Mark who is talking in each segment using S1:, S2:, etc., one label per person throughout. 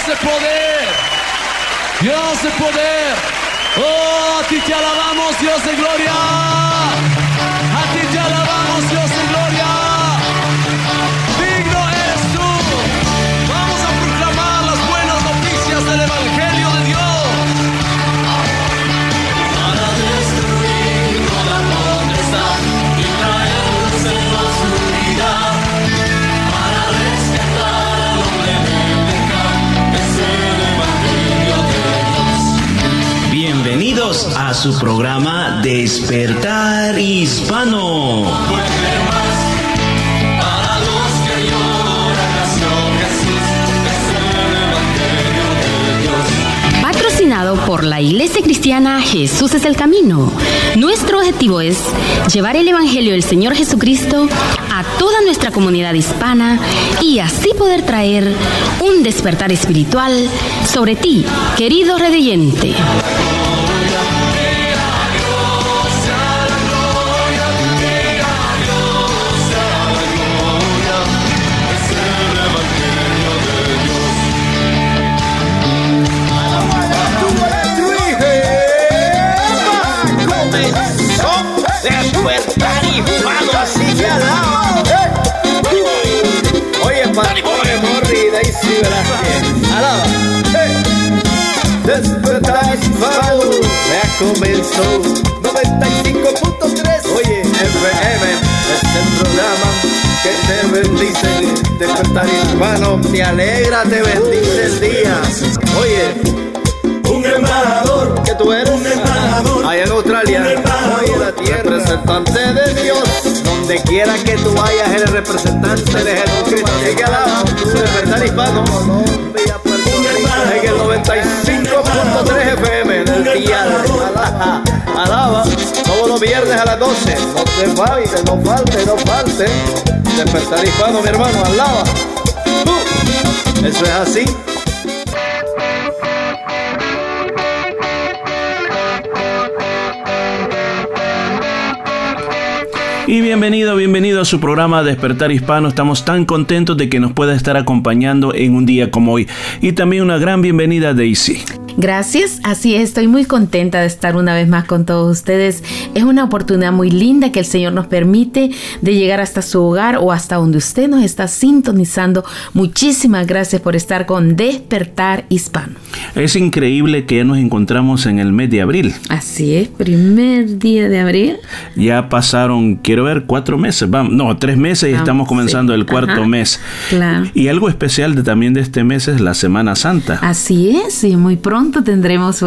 S1: de poder. Dios de poder. Oh, a ti te alabamos, Dios de gloria. A ti te alabamos, Dios de gloria. Digno eres tú. Vamos a proclamar las buenas noticias del Evangelio de Dios.
S2: Para destruir toda potestad y traernos en la oscuridad. Para rescatar al hombre del pecado. Es el Evangelio de Dios.
S3: Bienvenidos a su programa Despertar Hispano.
S2: Para los que lloran nació Jesús. Es el Evangelio de Dios.
S4: Patrocinado por la Iglesia Cristiana Jesús es el Camino. Nuestro objetivo es llevar el Evangelio del Señor Jesucristo a toda nuestra comunidad hispana y así poder traer un despertar espiritual sobre ti, querido redeyente.
S5: Despertar Hispano, así que alaba. Oye, pobre morrida y si verás bien. Alaba. Despertar Hispano, ya comenzó 95.3. Oye, FM es el programa que te bendice. Despertar Hispano, te alegra, te bendice el día. Oye,
S2: Un embajador,
S5: que tú eres
S2: un embajador,
S5: allá en Australia,
S2: un embajador
S5: hoy en la tierra, representante de Dios, donde quiera que tú vayas, eres representante de Jesucristo. Así que alaba, Despertar Hispano, Colombia, Puerto Rico, en el 95.3 FM del día. Alaba, todos los viernes a las 12. No te falte, no falte, no falte. Despertar Hispano, mi hermano, alaba. Eso es así.
S3: Y bienvenido a su programa Despertar Hispano. Estamos tan contentos de que nos pueda estar acompañando en un día como hoy. Y también una gran bienvenida a Daisy.
S6: Gracias, así es, estoy muy contenta de estar una vez más con todos ustedes. Es una oportunidad muy linda que el Señor nos permite de llegar hasta su hogar o hasta donde usted nos está sintonizando. Muchísimas gracias por estar con Despertar Hispano.
S3: Es increíble que ya nos encontramos en el mes de abril.
S6: Así es, primer día de abril.
S3: Ya pasaron, quiero ver, 4 meses. 3 meses y estamos comenzando el cuarto mes.
S6: Claro.
S3: Y algo especial también de este mes es la Semana Santa.
S6: Así es, y muy pronto tendremos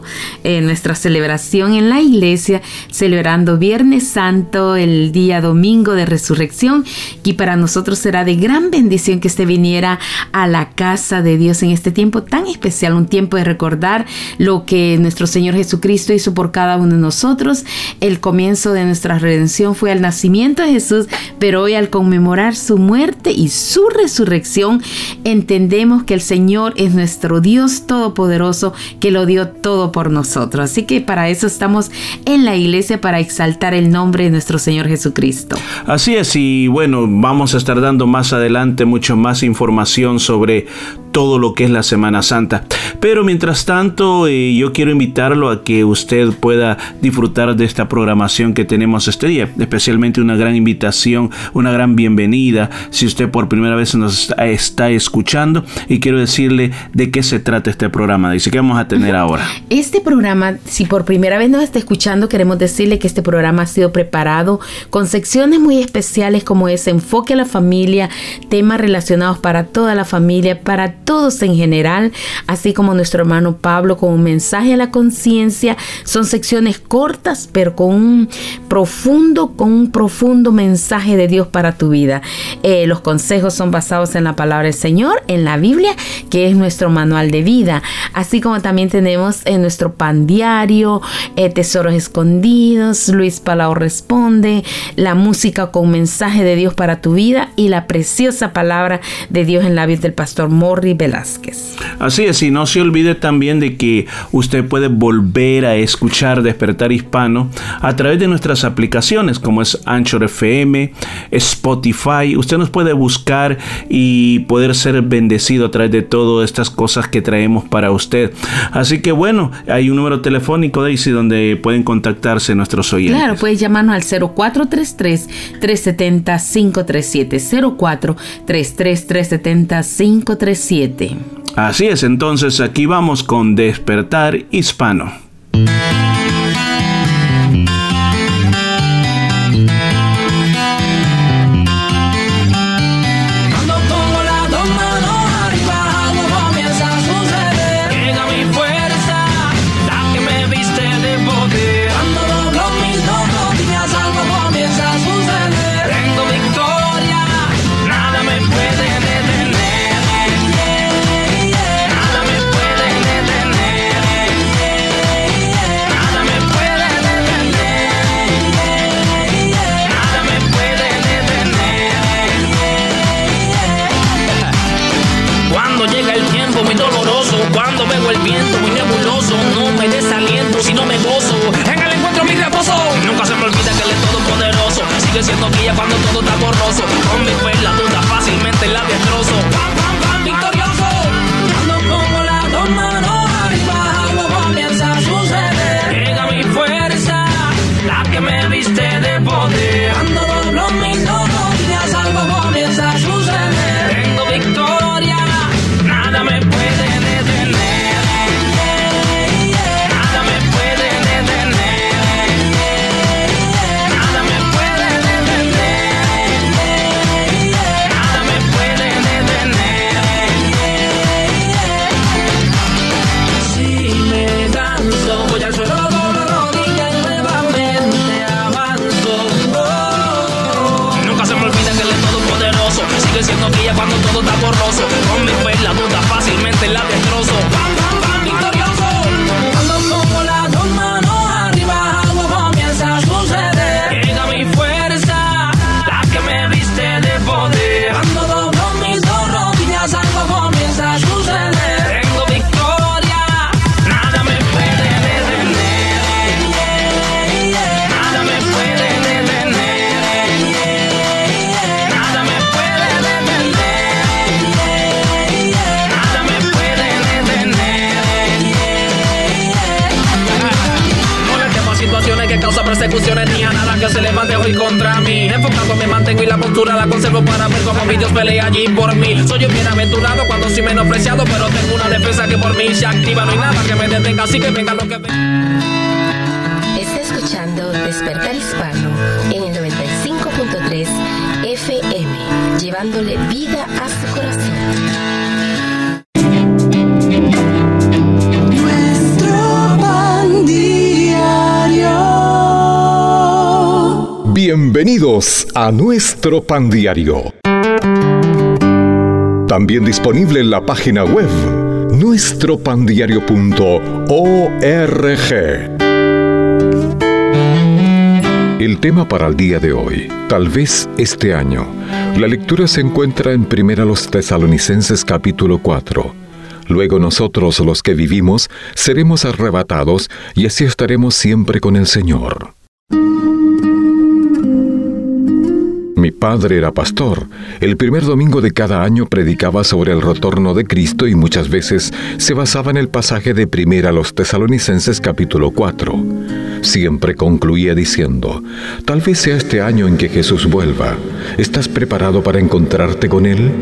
S6: nuestra celebración en la iglesia, celebrando Viernes Santo, el día domingo de Resurrección, y para nosotros será de gran bendición que usted viniera a la casa de Dios en este tiempo tan especial, un tiempo de recordar lo que nuestro Señor Jesucristo hizo por cada uno de nosotros. El comienzo de nuestra redención fue al nacimiento de Jesús, pero hoy al conmemorar su muerte y su resurrección, entendemos que el Señor es nuestro Dios todopoderoso, que lo dio todo por nosotros. Así que para eso estamos en la iglesia, para exaltar el nombre de nuestro Señor Jesucristo.
S3: Así es, y bueno, vamos a estar dando más adelante mucho más información sobre todo lo que es la Semana Santa. Pero mientras tanto, yo quiero invitarlo a que usted pueda disfrutar de esta programación que tenemos este día, especialmente una gran invitación, una gran bienvenida si usted por primera vez nos está escuchando, y quiero decirle de qué se trata este programa. Dice, ¿qué vamos a tener ahora?
S6: Este programa, si por primera vez nos está escuchando, queremos decirle que este programa ha sido preparado con secciones muy especiales como es Enfoque a la Familia, temas relacionados para toda la familia, para todos en general, así como nuestro hermano Pablo con un mensaje a la conciencia. Son secciones cortas, pero con un profundo mensaje de Dios para tu vida. Los consejos son basados en la palabra del Señor, en la Biblia, que es nuestro manual de vida. Así como también tenemos en nuestro pan diario, Tesoros Escondidos, Luis Palau Responde, la música con mensaje de Dios para tu vida y la preciosa palabra de Dios en labios del pastor Morri Velázquez.
S3: Así es, y no se olvide también de que usted puede volver a escuchar Despertar Hispano a través de nuestras aplicaciones como es Anchor FM, Spotify. Usted nos puede buscar y poder ser bendecido a través de todas estas cosas que traemos para usted. Así que bueno, hay un número telefónico, Daisy, donde pueden contactarse nuestros oyentes.
S6: Claro, puedes llamarnos al 0433-370-537, 0433-370-537.
S3: Así es, entonces aquí vamos con Despertar Hispano.
S2: Cuando pongo las dos manos arriba, algo comienza a suceder. Llega mi fuerza, la que me viste de poder. Cuando doblo mis dos rodillas, algo comienza a suceder. Tengo victoria, nada me puede detener. Nada me puede detener. Nada me puede detener. Nada me puede detener. Cuando llega el tiempo muy doloroso, cuando veo el viento muy nebuloso, no me desaliento, sino me gozo. En el encuentro mi reposo. Nunca se me olvida que Él es todopoderoso. Sigue siendo guía cuando todo está borroso. Con mi fe la duda fácilmente la destrozo. ¡Pam, pam, pam! Victorioso. Cuando pongo las dos manos arriba, algo comienza a suceder. Llega mi fuerza, la que me viste de poder. Cuando doblo mis dos rodillas, algo comienza a suceder. Tengo victoria, nada me puede detener. Nada me puede detener. Nada me puede detener. Nada me puede detener. Si me canso, voy al suelo, doblo rodillas y nuevamente avanzo. Nunca se me olvida que Él es todopoderoso. Sigue siendo guía cuando todo está borroso. Con mi fe la duda fácilmente la destrozo. ¡Pam, pam, pam! Victorioso. Cuando pongo las dos manos arriba, algo comienza a suceder. Llega mi fuerza, la que me viste de poder. Cuando doblo mis dos rodillas, algo comienza a suceder. Tengo victoria, nada me puede detener. Nada me puede detener. Nada me puede detener. Nada me puede detener. No le temo a situaciones que causan persecuciones ni a nada que se levante hoy contra mí. Enfocado me mantengo y la postura la conservo para ver cómo mi Dios pelea allí por mí. Soy un bienaventurado cuando soy menospreciado, pero tengo una defensa que por mí se activa. No hay nada que me detenga, así que venga lo que venga.
S7: Está escuchando Despertar Hispano en el 95.3 FM, llevándole vida a su corazón.
S2: Nuestro pan diario.
S8: Bienvenidos a nuestro pan diario. También disponible en la página web nuestropandiario.org. El tema para el día de hoy, tal vez este año. La lectura se encuentra en 1 Tesalonicenses capítulo 4. Luego nosotros los que vivimos seremos arrebatados y así estaremos siempre con el Señor. Mi padre era pastor. El primer domingo de cada año predicaba sobre el retorno de Cristo y muchas veces se basaba en el pasaje de 1 Tesalonicenses capítulo 4. Siempre concluía diciendo: tal vez sea este año en que Jesús vuelva. ¿Estás preparado para encontrarte con Él?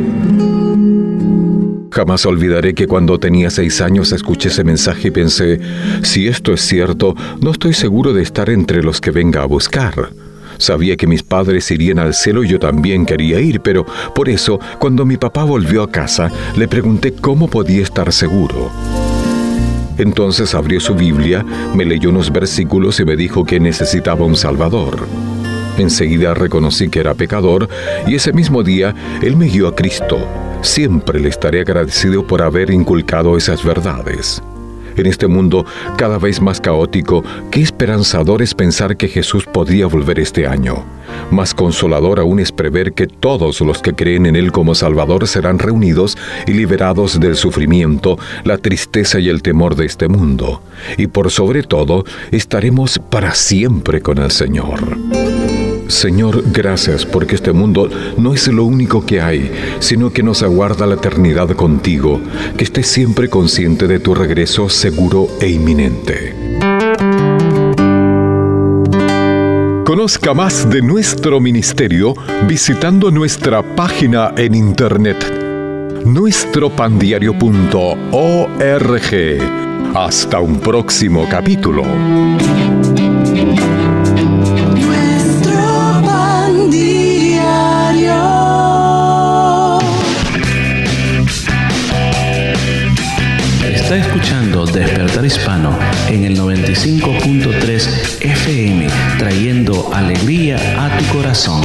S8: Jamás olvidaré que cuando tenía 6 años escuché ese mensaje y pensé: si esto es cierto, no estoy seguro de estar entre los que venga a buscar. Sabía que mis padres irían al cielo y yo también quería ir, pero por eso, cuando mi papá volvió a casa, le pregunté cómo podía estar seguro. Entonces abrió su Biblia, me leyó unos versículos y me dijo que necesitaba un Salvador. Enseguida reconocí que era pecador y ese mismo día Él me guió a Cristo. Siempre le estaré agradecido por haber inculcado esas verdades. En este mundo cada vez más caótico, qué esperanzador es pensar que Jesús podría volver este año. Más consolador aún es prever que todos los que creen en Él como Salvador serán reunidos y liberados del sufrimiento, la tristeza y el temor de este mundo. Y por sobre todo, estaremos para siempre con el Señor. Señor, gracias porque este mundo no es lo único que hay, sino que nos aguarda la eternidad contigo, que estés siempre consciente de tu regreso seguro e inminente. Conozca más de nuestro ministerio visitando nuestra página en internet, nuestropandiario.org. Hasta un próximo capítulo.
S3: Está escuchando Despertar Hispano en el 95.3 FM, trayendo alegría a tu corazón.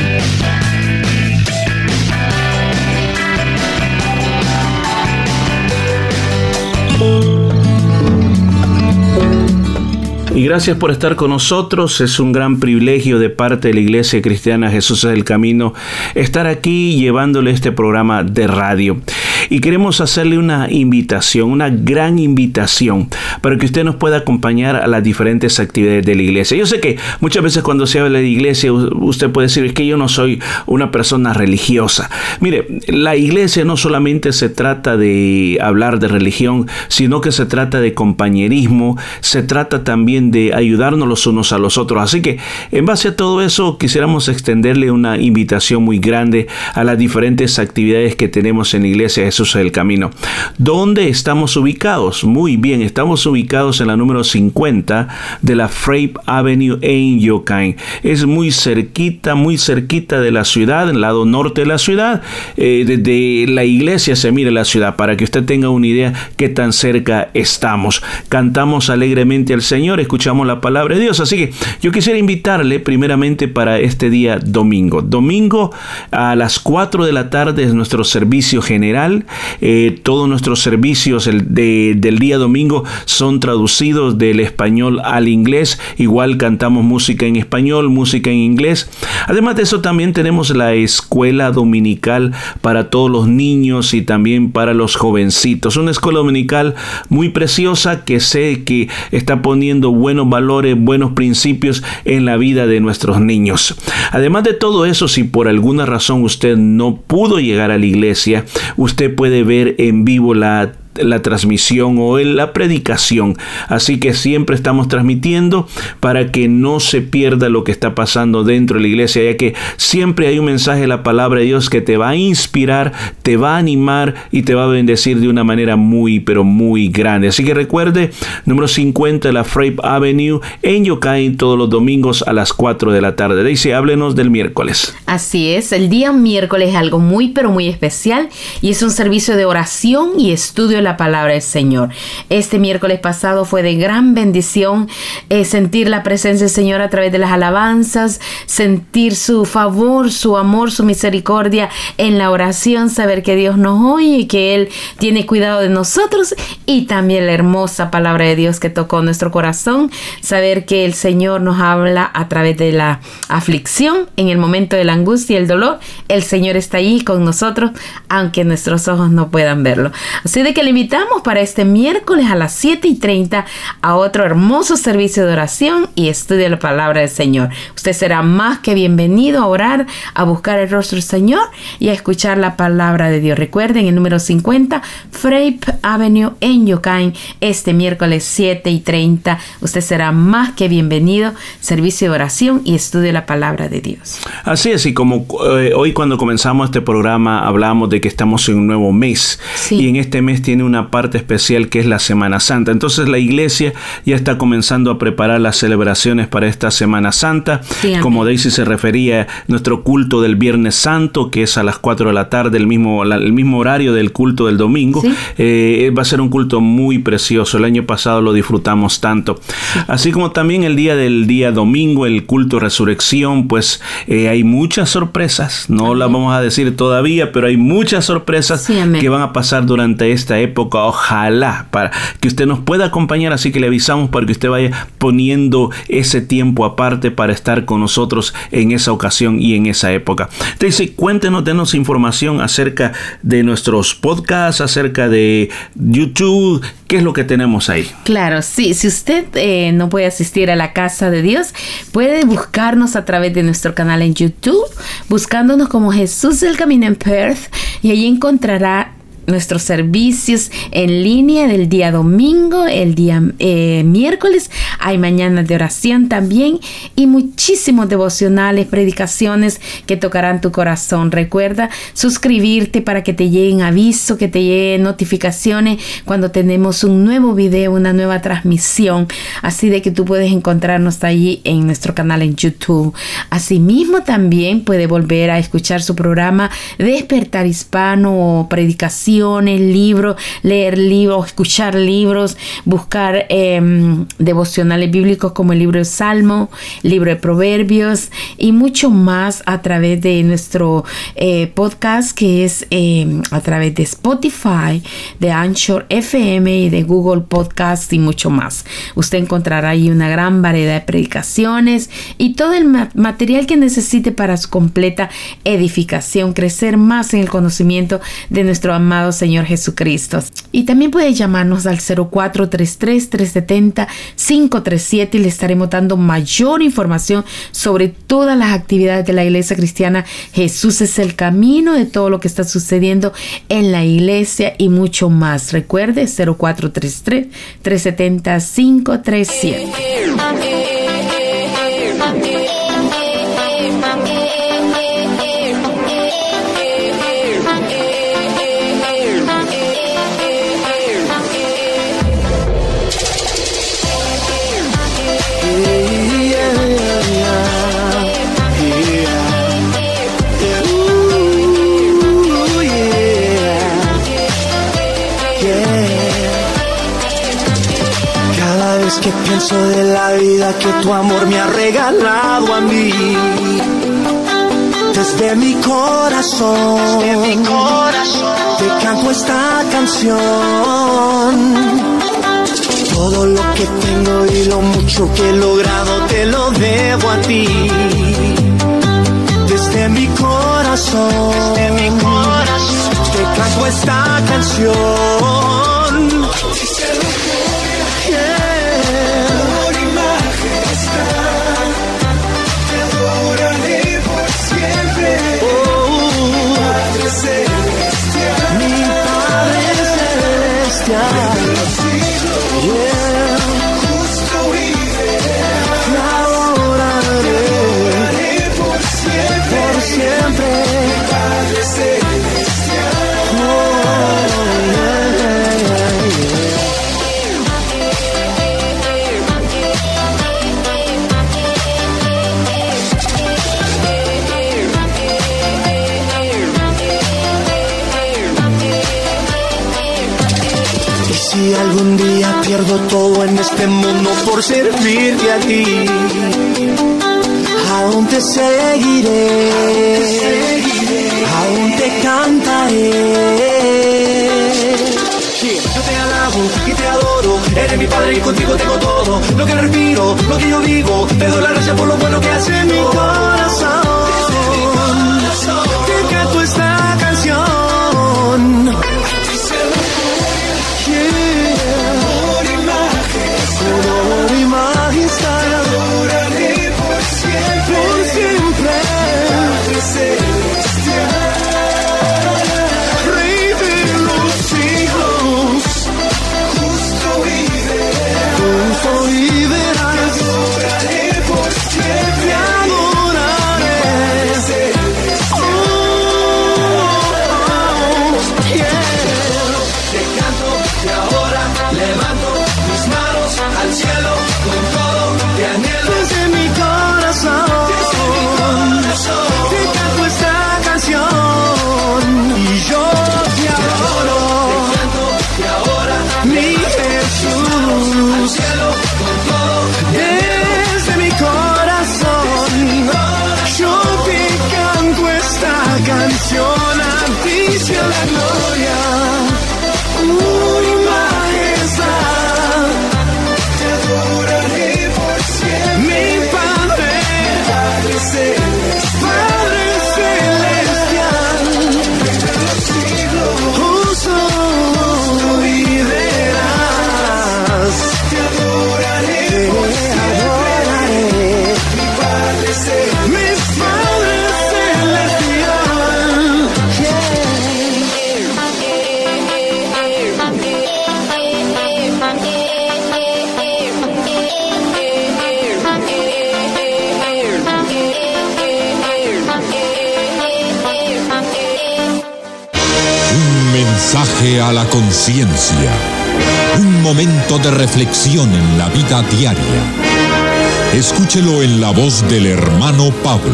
S3: Y gracias por estar con nosotros. Es un gran privilegio de parte de la Iglesia Cristiana Jesús es el Camino estar aquí llevándole este programa de radio. Y queremos hacerle una invitación, una gran invitación, para que usted nos pueda acompañar a las diferentes actividades de la iglesia. Yo sé que muchas veces cuando se habla de iglesia, usted puede decir, es que yo no soy una persona religiosa. Mire, la iglesia no solamente se trata de hablar de religión, sino que se trata de compañerismo, se trata también de ayudarnos los unos a los otros. Así que, en base a todo eso, quisiéramos extenderle una invitación muy grande a las diferentes actividades que tenemos en la iglesia Jesús es el Camino. ¿Dónde estamos ubicados? Muy bien, estamos ubicados en la número 50 de la Frape Avenue en Yokain. Es muy cerquita de la ciudad, en el lado norte de la ciudad. Desde la iglesia se mira la ciudad, para que usted tenga una idea qué tan cerca estamos. Cantamos alegremente al Señor, escuchamos la palabra de Dios. Así que yo quisiera invitarle primeramente para este día domingo. Domingo a las 4 de la tarde es nuestro servicio general. Todos nuestros servicios del día domingo son traducidos del español al inglés. Igual cantamos música en español, música en inglés. Además de eso, también tenemos la escuela dominical para todos los niños y también para los jovencitos. Una escuela dominical muy preciosa que sé que está poniendo buenos valores, buenos principios en la vida de nuestros niños. Además de todo eso, si por alguna razón usted no pudo llegar a la iglesia, usted puede ver en vivo la transmisión o en la predicación. Así que siempre estamos transmitiendo para que no se pierda lo que está pasando dentro de la iglesia, ya que siempre hay un mensaje de la palabra de Dios que te va a inspirar, te va a animar y te va a bendecir de una manera muy, pero muy grande. Así que recuerde, número 50 de la Frape Avenue en Yokain, todos los domingos a las 4 de la tarde. Daisy, háblenos del miércoles.
S6: Así es, el día miércoles es algo muy, pero muy especial, y es un servicio de oración y estudio de la palabra del Señor. Este miércoles pasado fue de gran bendición sentir la presencia del Señor a través de las alabanzas, sentir su favor, su amor, su misericordia en la oración, saber que Dios nos oye y que Él tiene cuidado de nosotros, y también la hermosa palabra de Dios que tocó nuestro corazón, saber que el Señor nos habla a través de la aflicción, en el momento de la angustia y el dolor. El Señor está ahí con nosotros, aunque nuestros ojos no puedan verlo. Así de que le invitamos para este miércoles a las 7:30 a otro hermoso servicio de oración y estudio de la palabra del Señor. Usted será más que bienvenido a orar, a buscar el rostro del Señor y a escuchar la palabra de Dios. Recuerden, el número 50, Frape Avenue en Yokain, este miércoles 7:30. Usted será más que bienvenido. Servicio de oración y estudio de la palabra de Dios.
S3: Así es, y como hoy cuando comenzamos este programa hablamos de que estamos en un nuevo mes, sí, y en este mes tiene una parte especial que es la Semana Santa. Entonces la iglesia ya está comenzando a preparar las celebraciones para esta Semana Santa. Sí, como Daisy se refería, nuestro culto del Viernes Santo, que es a las 4 de la tarde, el mismo horario del culto del domingo. ¿Sí? Va a ser un culto muy precioso. El año pasado lo disfrutamos tanto. Sí. Así como también el día domingo, el culto Resurrección, pues hay muchas sorpresas. No las vamos a decir todavía, pero hay muchas sorpresas, sí, que van a pasar durante esta época época, ojalá, para que usted nos pueda acompañar, así que le avisamos para que usted vaya poniendo ese tiempo aparte para estar con nosotros en esa ocasión y en esa época. Daisy, cuéntenos, denos información acerca de nuestros podcasts, acerca de YouTube, ¿qué es lo que tenemos ahí?
S6: Claro, sí, si usted no puede asistir a la Casa de Dios, puede buscarnos a través de nuestro canal en YouTube, buscándonos como Jesús del Camino en Perth, y allí encontrará nuestros servicios en línea del día domingo, el día miércoles, hay mañanas de oración también y muchísimos devocionales, predicaciones que tocarán tu corazón. Recuerda suscribirte para que te lleguen avisos, que te lleguen notificaciones cuando tenemos un nuevo video, una nueva transmisión, así de que tú puedes encontrarnos allí en nuestro canal en YouTube. Asimismo también puede volver a escuchar su programa Despertar Hispano o predicación, libros, leer libros, escuchar libros, buscar devocionales bíblicos como el libro de Salmo, el libro de Proverbios y mucho más a través de nuestro podcast, que es a través de Spotify, de Anchor FM y de Google Podcast y mucho más. Usted encontrará ahí una gran variedad de predicaciones y todo el material que necesite para su completa edificación, crecer más en el conocimiento de nuestro amado Señor Jesucristo. Y también puede llamarnos al 0433-370-537 y le estaremos dando mayor información sobre todas las actividades de la Iglesia Cristiana Jesús es el Camino, de todo lo que está sucediendo en la iglesia y mucho más. Recuerde, 0433-370-537.
S2: Que pienso de la vida que tu amor me ha regalado a mí. Desde mi corazón, te canto esta canción. Todo lo que tengo y lo mucho que he logrado te lo debo a ti. Desde mi corazón, te canto esta canción. Si algún día pierdo todo en este mundo por servirte a ti, aún te seguiré, aún te cantaré. Yo te alabo y te adoro, eres mi Padre y contigo tengo todo. Lo que respiro, lo que yo vivo, te doy la gracia por lo bueno que hace mi corazón. Te canto esta canción. Honor y majestad, adoraré por siempre, Padre celestial, Rey de los siglos, justo y veraz, te adoraré por siempre, te adoraré
S9: Viaje a la conciencia. Un momento de reflexión en la vida diaria. Escúchelo en la voz del hermano Pablo.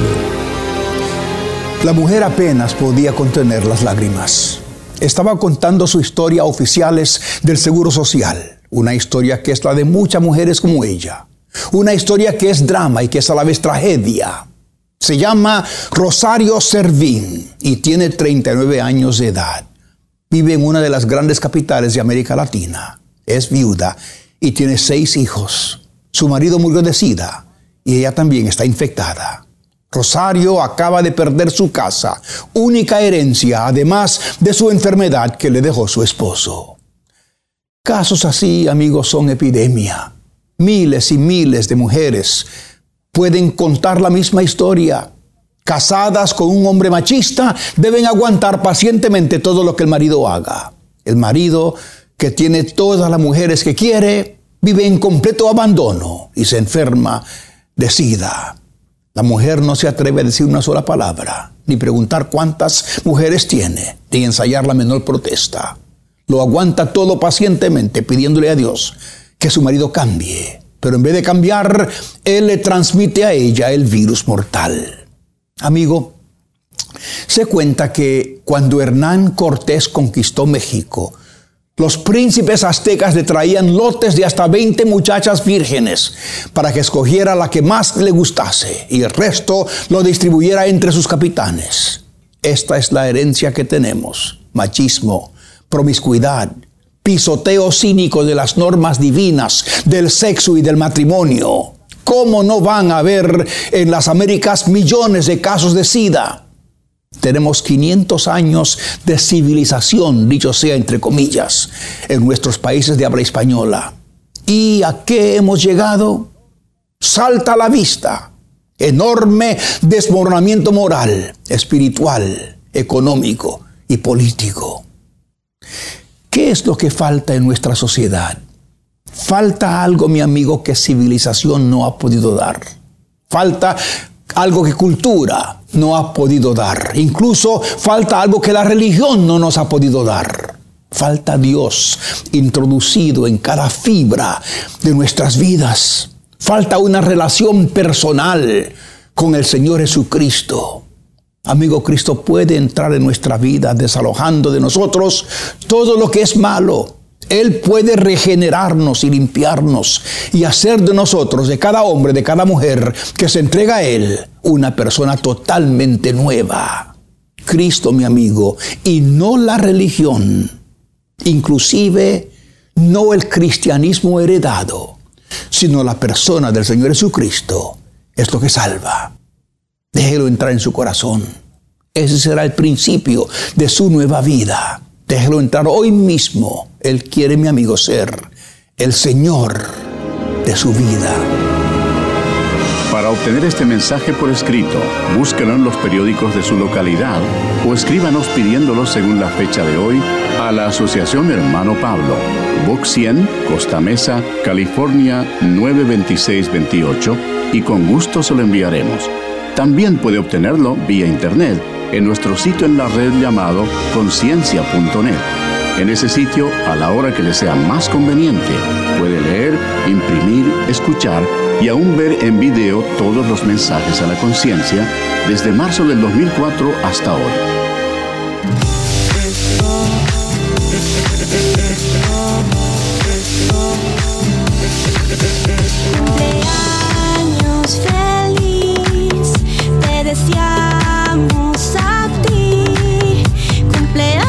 S10: La mujer apenas podía contener las lágrimas. Estaba contando su historia a oficiales del Seguro Social. Una historia que es la de muchas mujeres como ella. Una historia que es drama y que es a la vez tragedia. Se llama Rosario Servín y tiene 39 años de edad. Vive en una de las grandes capitales de América Latina. Es viuda y tiene 6 hijos. Su marido murió de SIDA y ella también está infectada. Rosario acaba de perder su casa, única herencia, además de su enfermedad que le dejó su esposo. Casos así, amigos, son epidemia. Miles y miles de mujeres pueden contar la misma historia. Casadas con un hombre machista, deben aguantar pacientemente todo lo que el marido haga. El marido, que tiene todas las mujeres que quiere, vive en completo abandono y se enferma de SIDA. La mujer no se atreve a decir una sola palabra, ni preguntar cuántas mujeres tiene, ni ensayar la menor protesta. Lo aguanta todo pacientemente, pidiéndole a Dios que su marido cambie. Pero en vez de cambiar, él le transmite a ella el virus mortal. Amigo, se cuenta que cuando Hernán Cortés conquistó México, los príncipes aztecas le traían lotes de hasta 20 muchachas vírgenes para que escogiera la que más le gustase y el resto lo distribuyera entre sus capitanes. Esta es la herencia que tenemos: machismo, promiscuidad, pisoteo cínico de las normas divinas, del sexo y del matrimonio. ¿Cómo no van a haber en las Américas millones de casos de SIDA? Tenemos 500 años de civilización, dicho sea entre comillas, en nuestros países de habla española. ¿Y a qué hemos llegado? Salta a la vista. Enorme desmoronamiento moral, espiritual, económico y político. ¿Qué es lo que falta en nuestra sociedad? Falta algo, mi amigo, que civilización no ha podido dar. Falta algo que cultura no ha podido dar. Incluso falta algo que la religión no nos ha podido dar. Falta Dios introducido en cada fibra de nuestras vidas. Falta una relación personal con el Señor Jesucristo. Amigo, Cristo puede entrar en nuestra vida desalojando de nosotros todo lo que es malo. Él puede regenerarnos y limpiarnos y hacer de nosotros, de cada hombre, de cada mujer que se entrega a Él, una persona totalmente nueva. Cristo, mi amigo, y no la religión, inclusive no el cristianismo heredado, sino la persona del Señor Jesucristo es lo que salva. Déjelo entrar en su corazón. Ese será el principio de su nueva vida. Déjelo entrar hoy mismo. Él quiere, mi amigo, ser el Señor de su vida.
S11: Para obtener este mensaje por escrito, búsquelo en los periódicos de su localidad o escríbanos pidiéndolo según la fecha de hoy a la Asociación Hermano Pablo, Box 100, Costa Mesa, California 92628, y con gusto se lo enviaremos. También puede obtenerlo vía internet en nuestro sitio en la red llamado conciencia.net. En ese sitio, a la hora que le sea más conveniente, puede leer, imprimir, escuchar y aún ver en video todos los mensajes a la conciencia desde marzo del 2004 hasta hoy.
S12: Cumpleaños feliz, te deseamos a ti. Cumpleaños,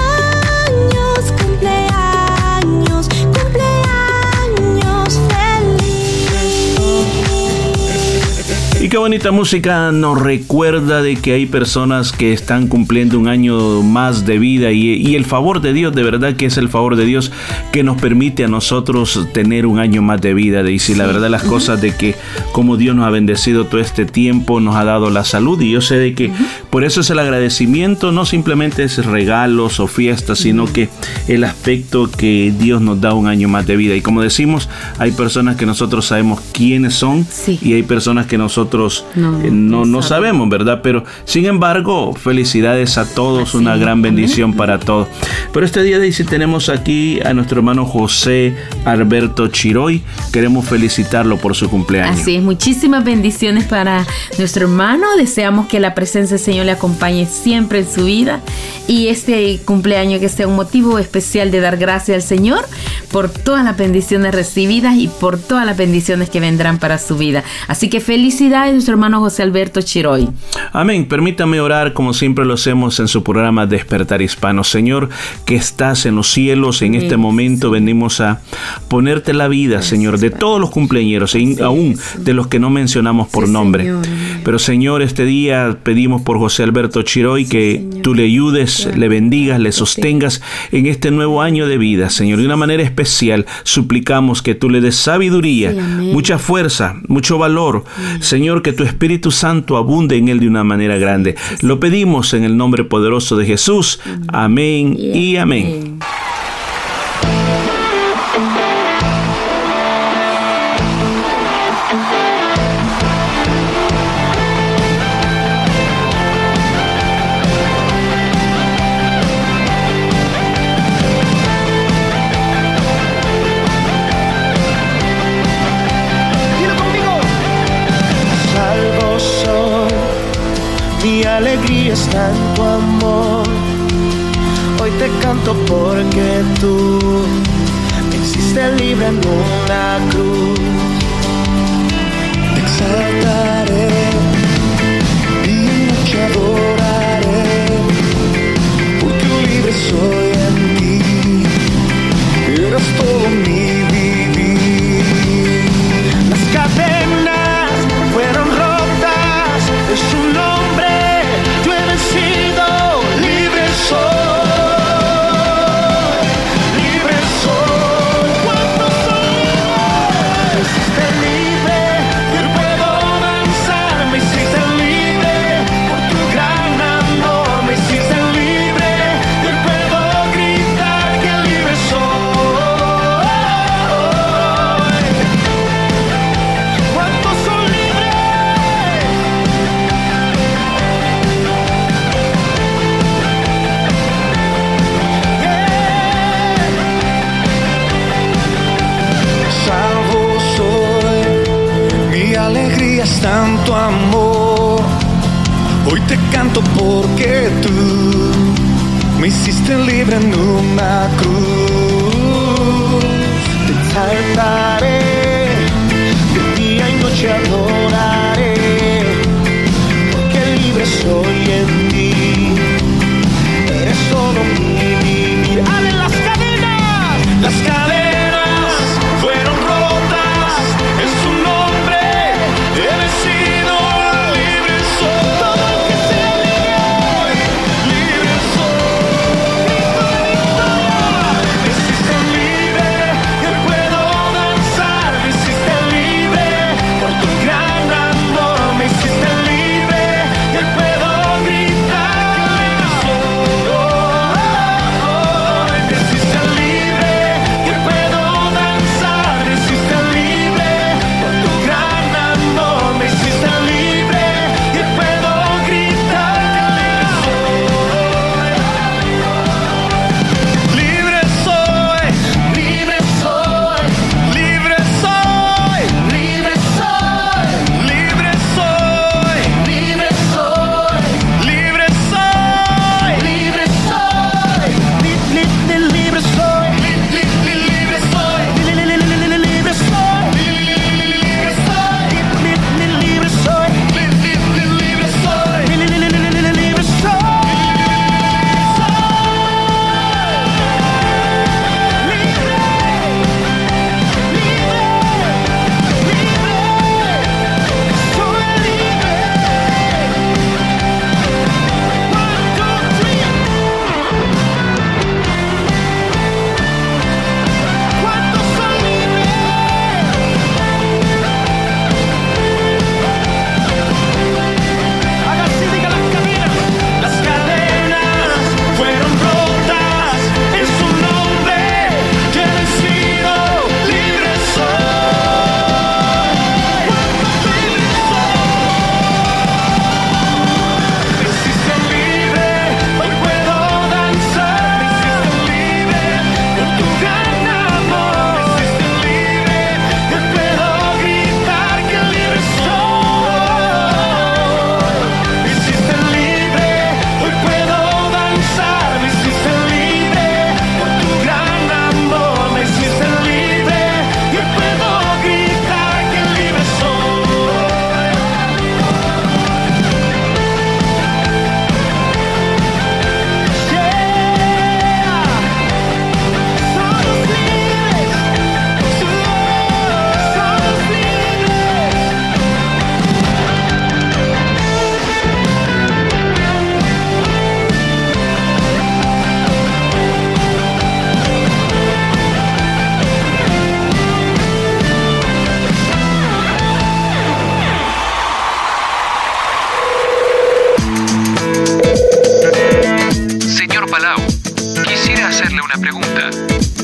S12: cumpleaños, cumpleaños feliz.
S3: Y qué bonita música nos recuerda de que hay personas que están cumpliendo un año más de vida y el favor de Dios, de verdad que es el favor de Dios que nos permite a nosotros tener un año más de vida. Y la verdad las cosas de que como Dios nos ha bendecido todo este tiempo, nos ha dado la salud, y yo sé de que por eso es el agradecimiento, no simplemente es regalos o fiestas, sino que el aspecto que Dios nos da un año más de vida. Y como decimos, hay personas que nosotros sabemos quiénes son, y hay personas que nosotros nosotros no sabemos, ¿verdad? Pero sin embargo, felicidades a todos, una gran bendición para todos. Pero este día, Daisy, tenemos aquí a nuestro hermano José Alberto Chiroy. Queremos felicitarlo por su cumpleaños.
S6: Así es, muchísimas bendiciones para nuestro hermano. Deseamos que la presencia del Señor le acompañe siempre en su vida, y este cumpleaños que sea un motivo especial de dar gracias al Señor por todas las bendiciones recibidas y por todas las bendiciones que vendrán para su vida. Así que felicidades, nuestro hermano José Alberto Chiroy.
S3: Amén. Permítame orar como siempre lo hacemos en su programa Despertar Hispano. Señor, que estás en los cielos, en este momento venimos a ponerte la vida, Señor, de todos los cumpleañeros, y aún de los que no mencionamos por nombre. Pero Señor, este día pedimos por José Alberto Chiroy que tú le ayudes, le bendigas, le sostengas en este nuevo año de vida, Señor. De una manera especial suplicamos que tú le des sabiduría, mucha fuerza, mucho valor. Señor, que tu Espíritu Santo abunde en él de una manera grande. Lo pedimos en el nombre poderoso de Jesús. Amén y amén.
S13: Mi alegría está en tu amor. Hoy te canto porque tú me hiciste libre en una cruz. Te exaltaré y noche adoraré, porque libre soy en ti. Eres todo mi vivir. Las cadenas fueron rotas, es un nombre. Libre soy, ¿cuántos son libres? Me hiciste libre, yo puedo danzar, me hiciste libre, por tu gran amor, me hiciste libre, yo puedo gritar que libre soy. ¿Cuántos son libres? Alegría es tanto amor. Hoy te canto porque tú me hiciste libre en una cruz. Te exaltaré, de día y noche adoraré, porque libre soy en ti. Eres todo mi vivir. ¡Ale, las cadenas! Las cadenas fueron rotas en su nombre. He vencido, libre soy. Todo el que sea libre soy. Me hiciste libre, yo puedo danzar.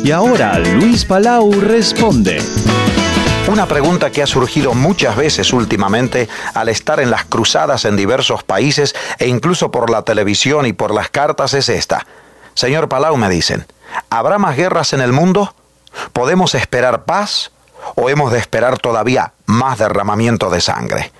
S14: Y ahora Luis Palau responde.
S15: Una pregunta que ha surgido muchas veces últimamente al estar en las cruzadas en diversos países e incluso por la televisión y por las cartas es esta. Señor Palau, me dicen, ¿habrá más guerras en el mundo? ¿Podemos esperar paz o hemos de esperar todavía más derramamiento de sangre?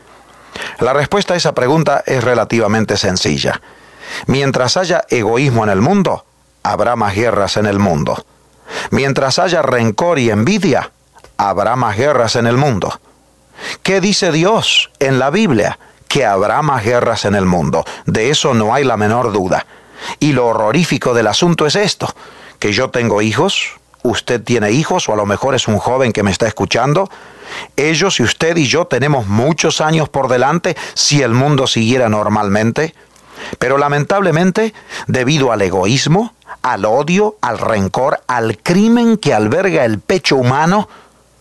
S15: La respuesta a esa pregunta es relativamente sencilla. Mientras haya egoísmo en el mundo, habrá más guerras en el mundo. Mientras haya rencor y envidia, habrá más guerras en el mundo. ¿Qué dice Dios en la Biblia? Que habrá más guerras en el mundo. De eso no hay la menor duda. Y lo horrorífico del asunto es esto, que yo tengo hijos, usted tiene hijos, o a lo mejor es un joven que me está escuchando. Ellos y usted y yo tenemos muchos años por delante si el mundo siguiera normalmente. Pero lamentablemente, debido al egoísmo, al odio, al rencor, al crimen que alberga el pecho humano,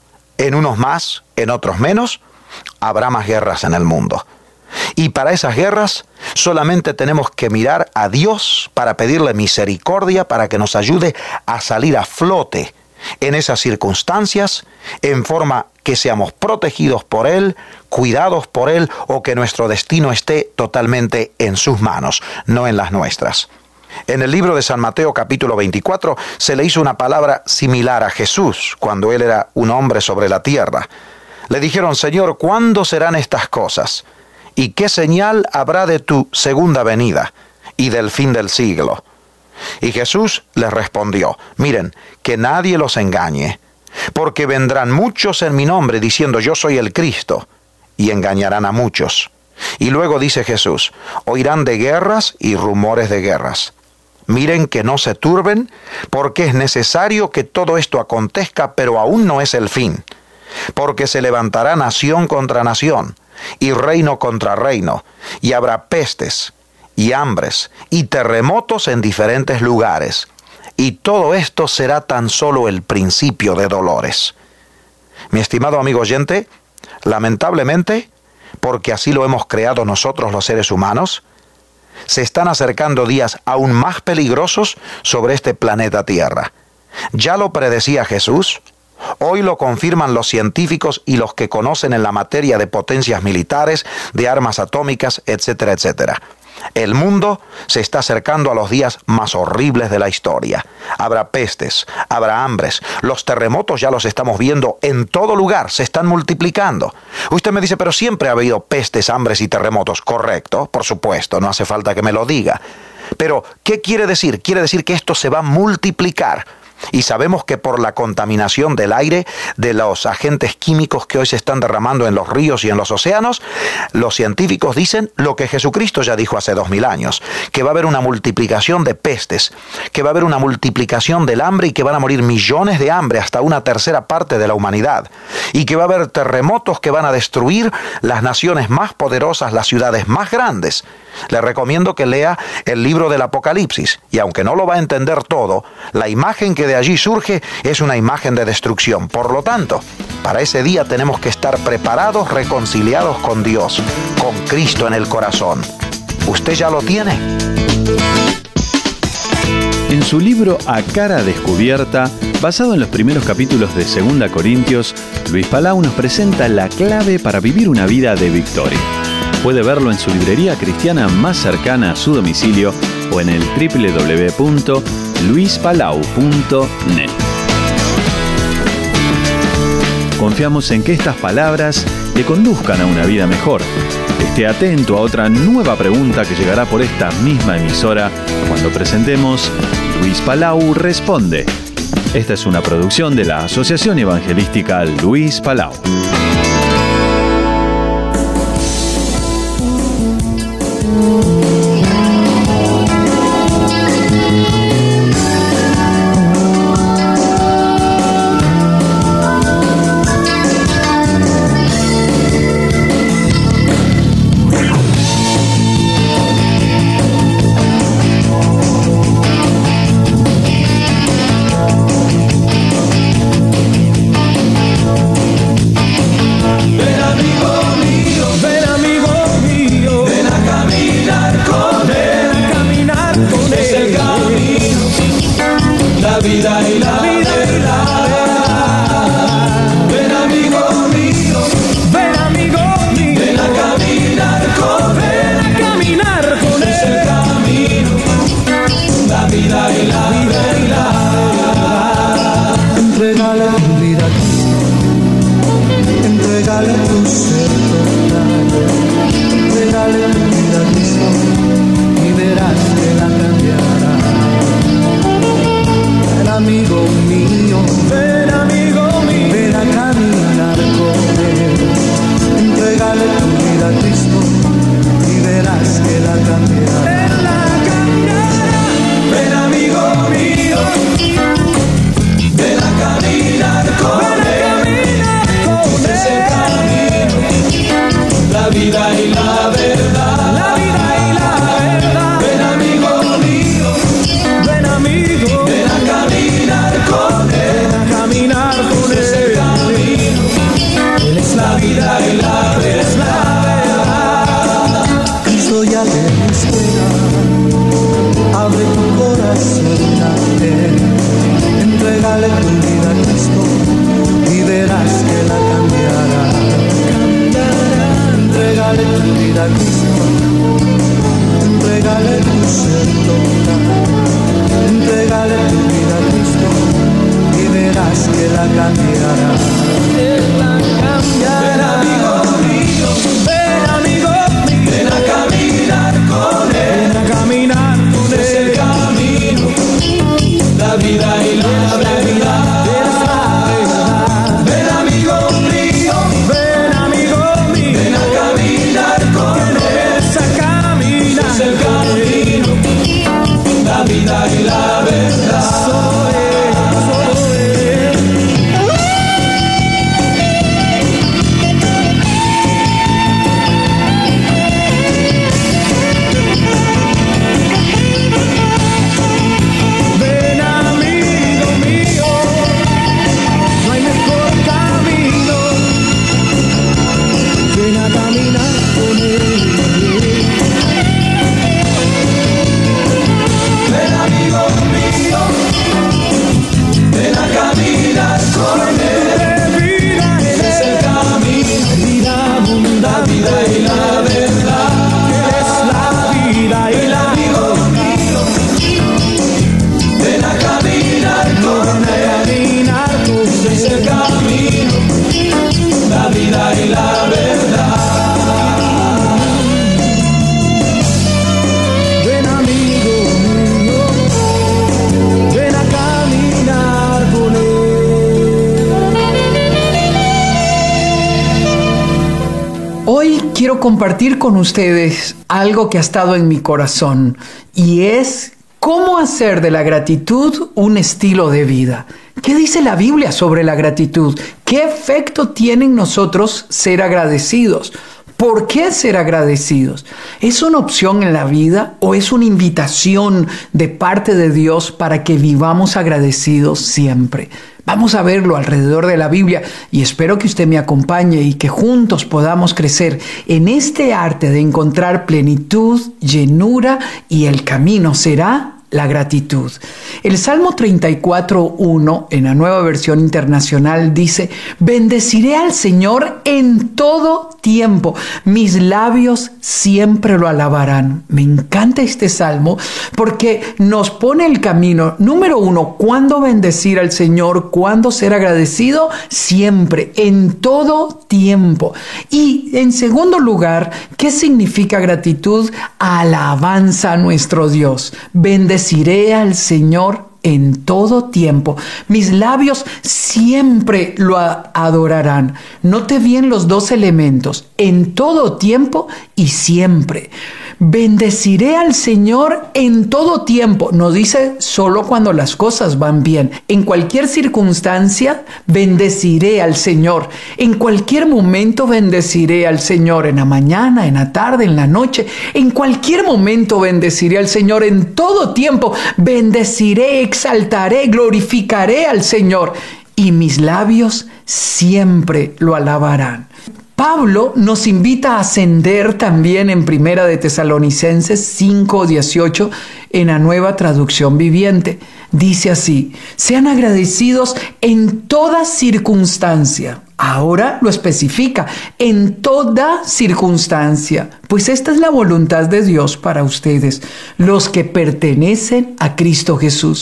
S15: en unos más, en otros menos, habrá más guerras en el mundo. Y para esas guerras solamente tenemos que mirar a Dios para pedirle misericordia para que nos ayude a salir a flote en esas circunstancias en forma que seamos protegidos por Él, cuidados por Él o que nuestro destino esté totalmente en sus manos, no en las nuestras. En el libro de San Mateo capítulo 24 se le hizo una palabra similar a Jesús cuando Él era un hombre sobre la tierra. Le dijeron, Señor, ¿cuándo serán estas cosas? ¿Y qué señal habrá de tu segunda venida y del fin del siglo? Y Jesús les respondió, miren, que nadie los engañe, porque vendrán muchos en mi nombre diciendo yo soy el Cristo, y engañarán a muchos. Y luego dice Jesús, oirán de guerras y rumores de guerras. Miren que no se turben, porque es necesario que todo esto acontezca, pero aún no es el fin. Porque se levantará nación contra nación, y reino contra reino, y habrá pestes, y hambres, y terremotos en diferentes lugares. Y todo esto será tan solo el principio de dolores. Mi estimado amigo oyente, lamentablemente, porque así lo hemos creado nosotros los seres humanos, se están acercando días aún más peligrosos sobre este planeta Tierra. Ya lo predecía Jesús, hoy lo confirman los científicos y los que conocen en la materia de potencias militares, de armas atómicas, etcétera, etcétera. El mundo se está acercando a los días más horribles de la historia. Habrá pestes, habrá hambres. Los terremotos ya los estamos viendo en todo lugar, se están multiplicando. Usted me dice, pero siempre ha habido pestes, hambres y terremotos. Correcto, por supuesto, no hace falta que me lo diga. Pero, ¿qué quiere decir? Quiere decir que esto se va a multiplicar. Y sabemos que por la contaminación del aire, de los agentes químicos que hoy se están derramando en los ríos y en los océanos, los científicos dicen lo que Jesucristo ya dijo hace 2000 años, que va a haber una multiplicación de pestes, que va a haber una multiplicación del hambre y que van a morir millones de hambre, hasta una tercera parte de la humanidad, y que va a haber terremotos que van a destruir las naciones más poderosas, las ciudades más grandes. Le recomiendo que lea el libro del Apocalipsis, y aunque no lo va a entender todo, la imagen que de allí surge es una imagen de destrucción. Por lo tanto, para ese día tenemos que estar preparados, reconciliados con Dios, con Cristo en el corazón. ¿Usted ya lo tiene?
S14: En su libro A Cara Descubierta, basado en los primeros capítulos de 2 Corintios, Luis Palau nos presenta la clave para vivir una vida de victoria. Puede verlo en su librería cristiana más cercana a su domicilio o en el www.luispalau.net. Confiamos en que estas palabras le conduzcan a una vida mejor. Esté atento a otra nueva pregunta que llegará por esta misma emisora cuando presentemos Luis Palau Responde. Esta es una producción de la Asociación Evangelística Luis Palau.
S16: vida a Cristo, entrégale tu ser total, entrégale tu vida a Cristo y verás que la cambiará. Ven amigo mío, ven amigo mío, ven a caminar con Él, entrégale tu vida a Cristo y verás que la cambiará. Él la cambiará. Ven amigo mío, ven a caminar con Él, es el camino, la vida y la verdad, la vida y la verdad. Ven amigo mío, ven amigo, ven a caminar con Él, ven a caminar con Él, es el camino, Él es la vida y la verdad. Cristo ya te espera, abre tu corazón a Él, entrégale tu vida a Cristo y verás que la cambiará. Entrégale tu vida a Cristo, entrégale tu ser total, entrégale tu vida a Cristo y verás que la cambiará. Él la cambiará. Ven amigo mío, ven amigo mío, ven a caminar con Él, ven a caminar con Él, es el camino, la vida y la verdad. Ven amigo mío, ven amigo mío, ven a caminar con Él, es a caminar, es el camino, la vida y la verdad. Solo Él, solo Él. Ven amigo mío, no hay mejor camino, ven a caminar con Él. Ven amigo mío, ven a caminar con Él, es el camino, la vida y la verdad, es la vida y la amigo mío, ven a caminar con Él, es el camino, la vida y la verdad. Ven amigo mío, ven a caminar con
S17: Hoy quiero compartir con ustedes algo que ha estado en mi corazón y es cómo hacer de la gratitud un estilo de vida. ¿Qué dice la Biblia sobre la gratitud? ¿Qué efecto tiene en nosotros ser agradecidos? ¿Por qué ser agradecidos? ¿Es una opción en la vida o es una invitación de parte de Dios para que vivamos agradecidos siempre? Vamos a verlo alrededor de la Biblia y espero que usted me acompañe y que juntos podamos crecer en este arte de encontrar plenitud, llenura y el camino será la gratitud. El Salmo 34:1 en la Nueva Versión Internacional dice: bendeciré al Señor en todo tiempo, mis labios siempre lo alabarán. Me encanta este salmo porque nos pone el camino. Número 1, ¿cuándo bendecir al Señor? ¿Cuándo ser agradecido? Siempre, en todo tiempo. Y en segundo lugar, ¿qué significa gratitud? Alabanza a nuestro Dios. Bendeciré al Señor en todo tiempo. Mis labios siempre lo adorarán. Note bien los dos elementos, en todo tiempo y siempre. Bendeciré al Señor en todo tiempo. No dice solo cuando las cosas van bien. En cualquier circunstancia, bendeciré al Señor. En cualquier momento, bendeciré al Señor. En la mañana, en la tarde, en la noche. En cualquier momento, bendeciré al Señor. En todo tiempo, bendeciré, exaltaré, glorificaré al Señor. Y mis labios siempre lo alabarán. Pablo nos invita a ascender también en Primera de Tesalonicenses 5:18 en la Nueva Traducción Viviente. Dice así: sean agradecidos en toda circunstancia. Ahora lo especifica, en toda circunstancia, pues esta es la voluntad de Dios para ustedes, los que pertenecen a Cristo Jesús.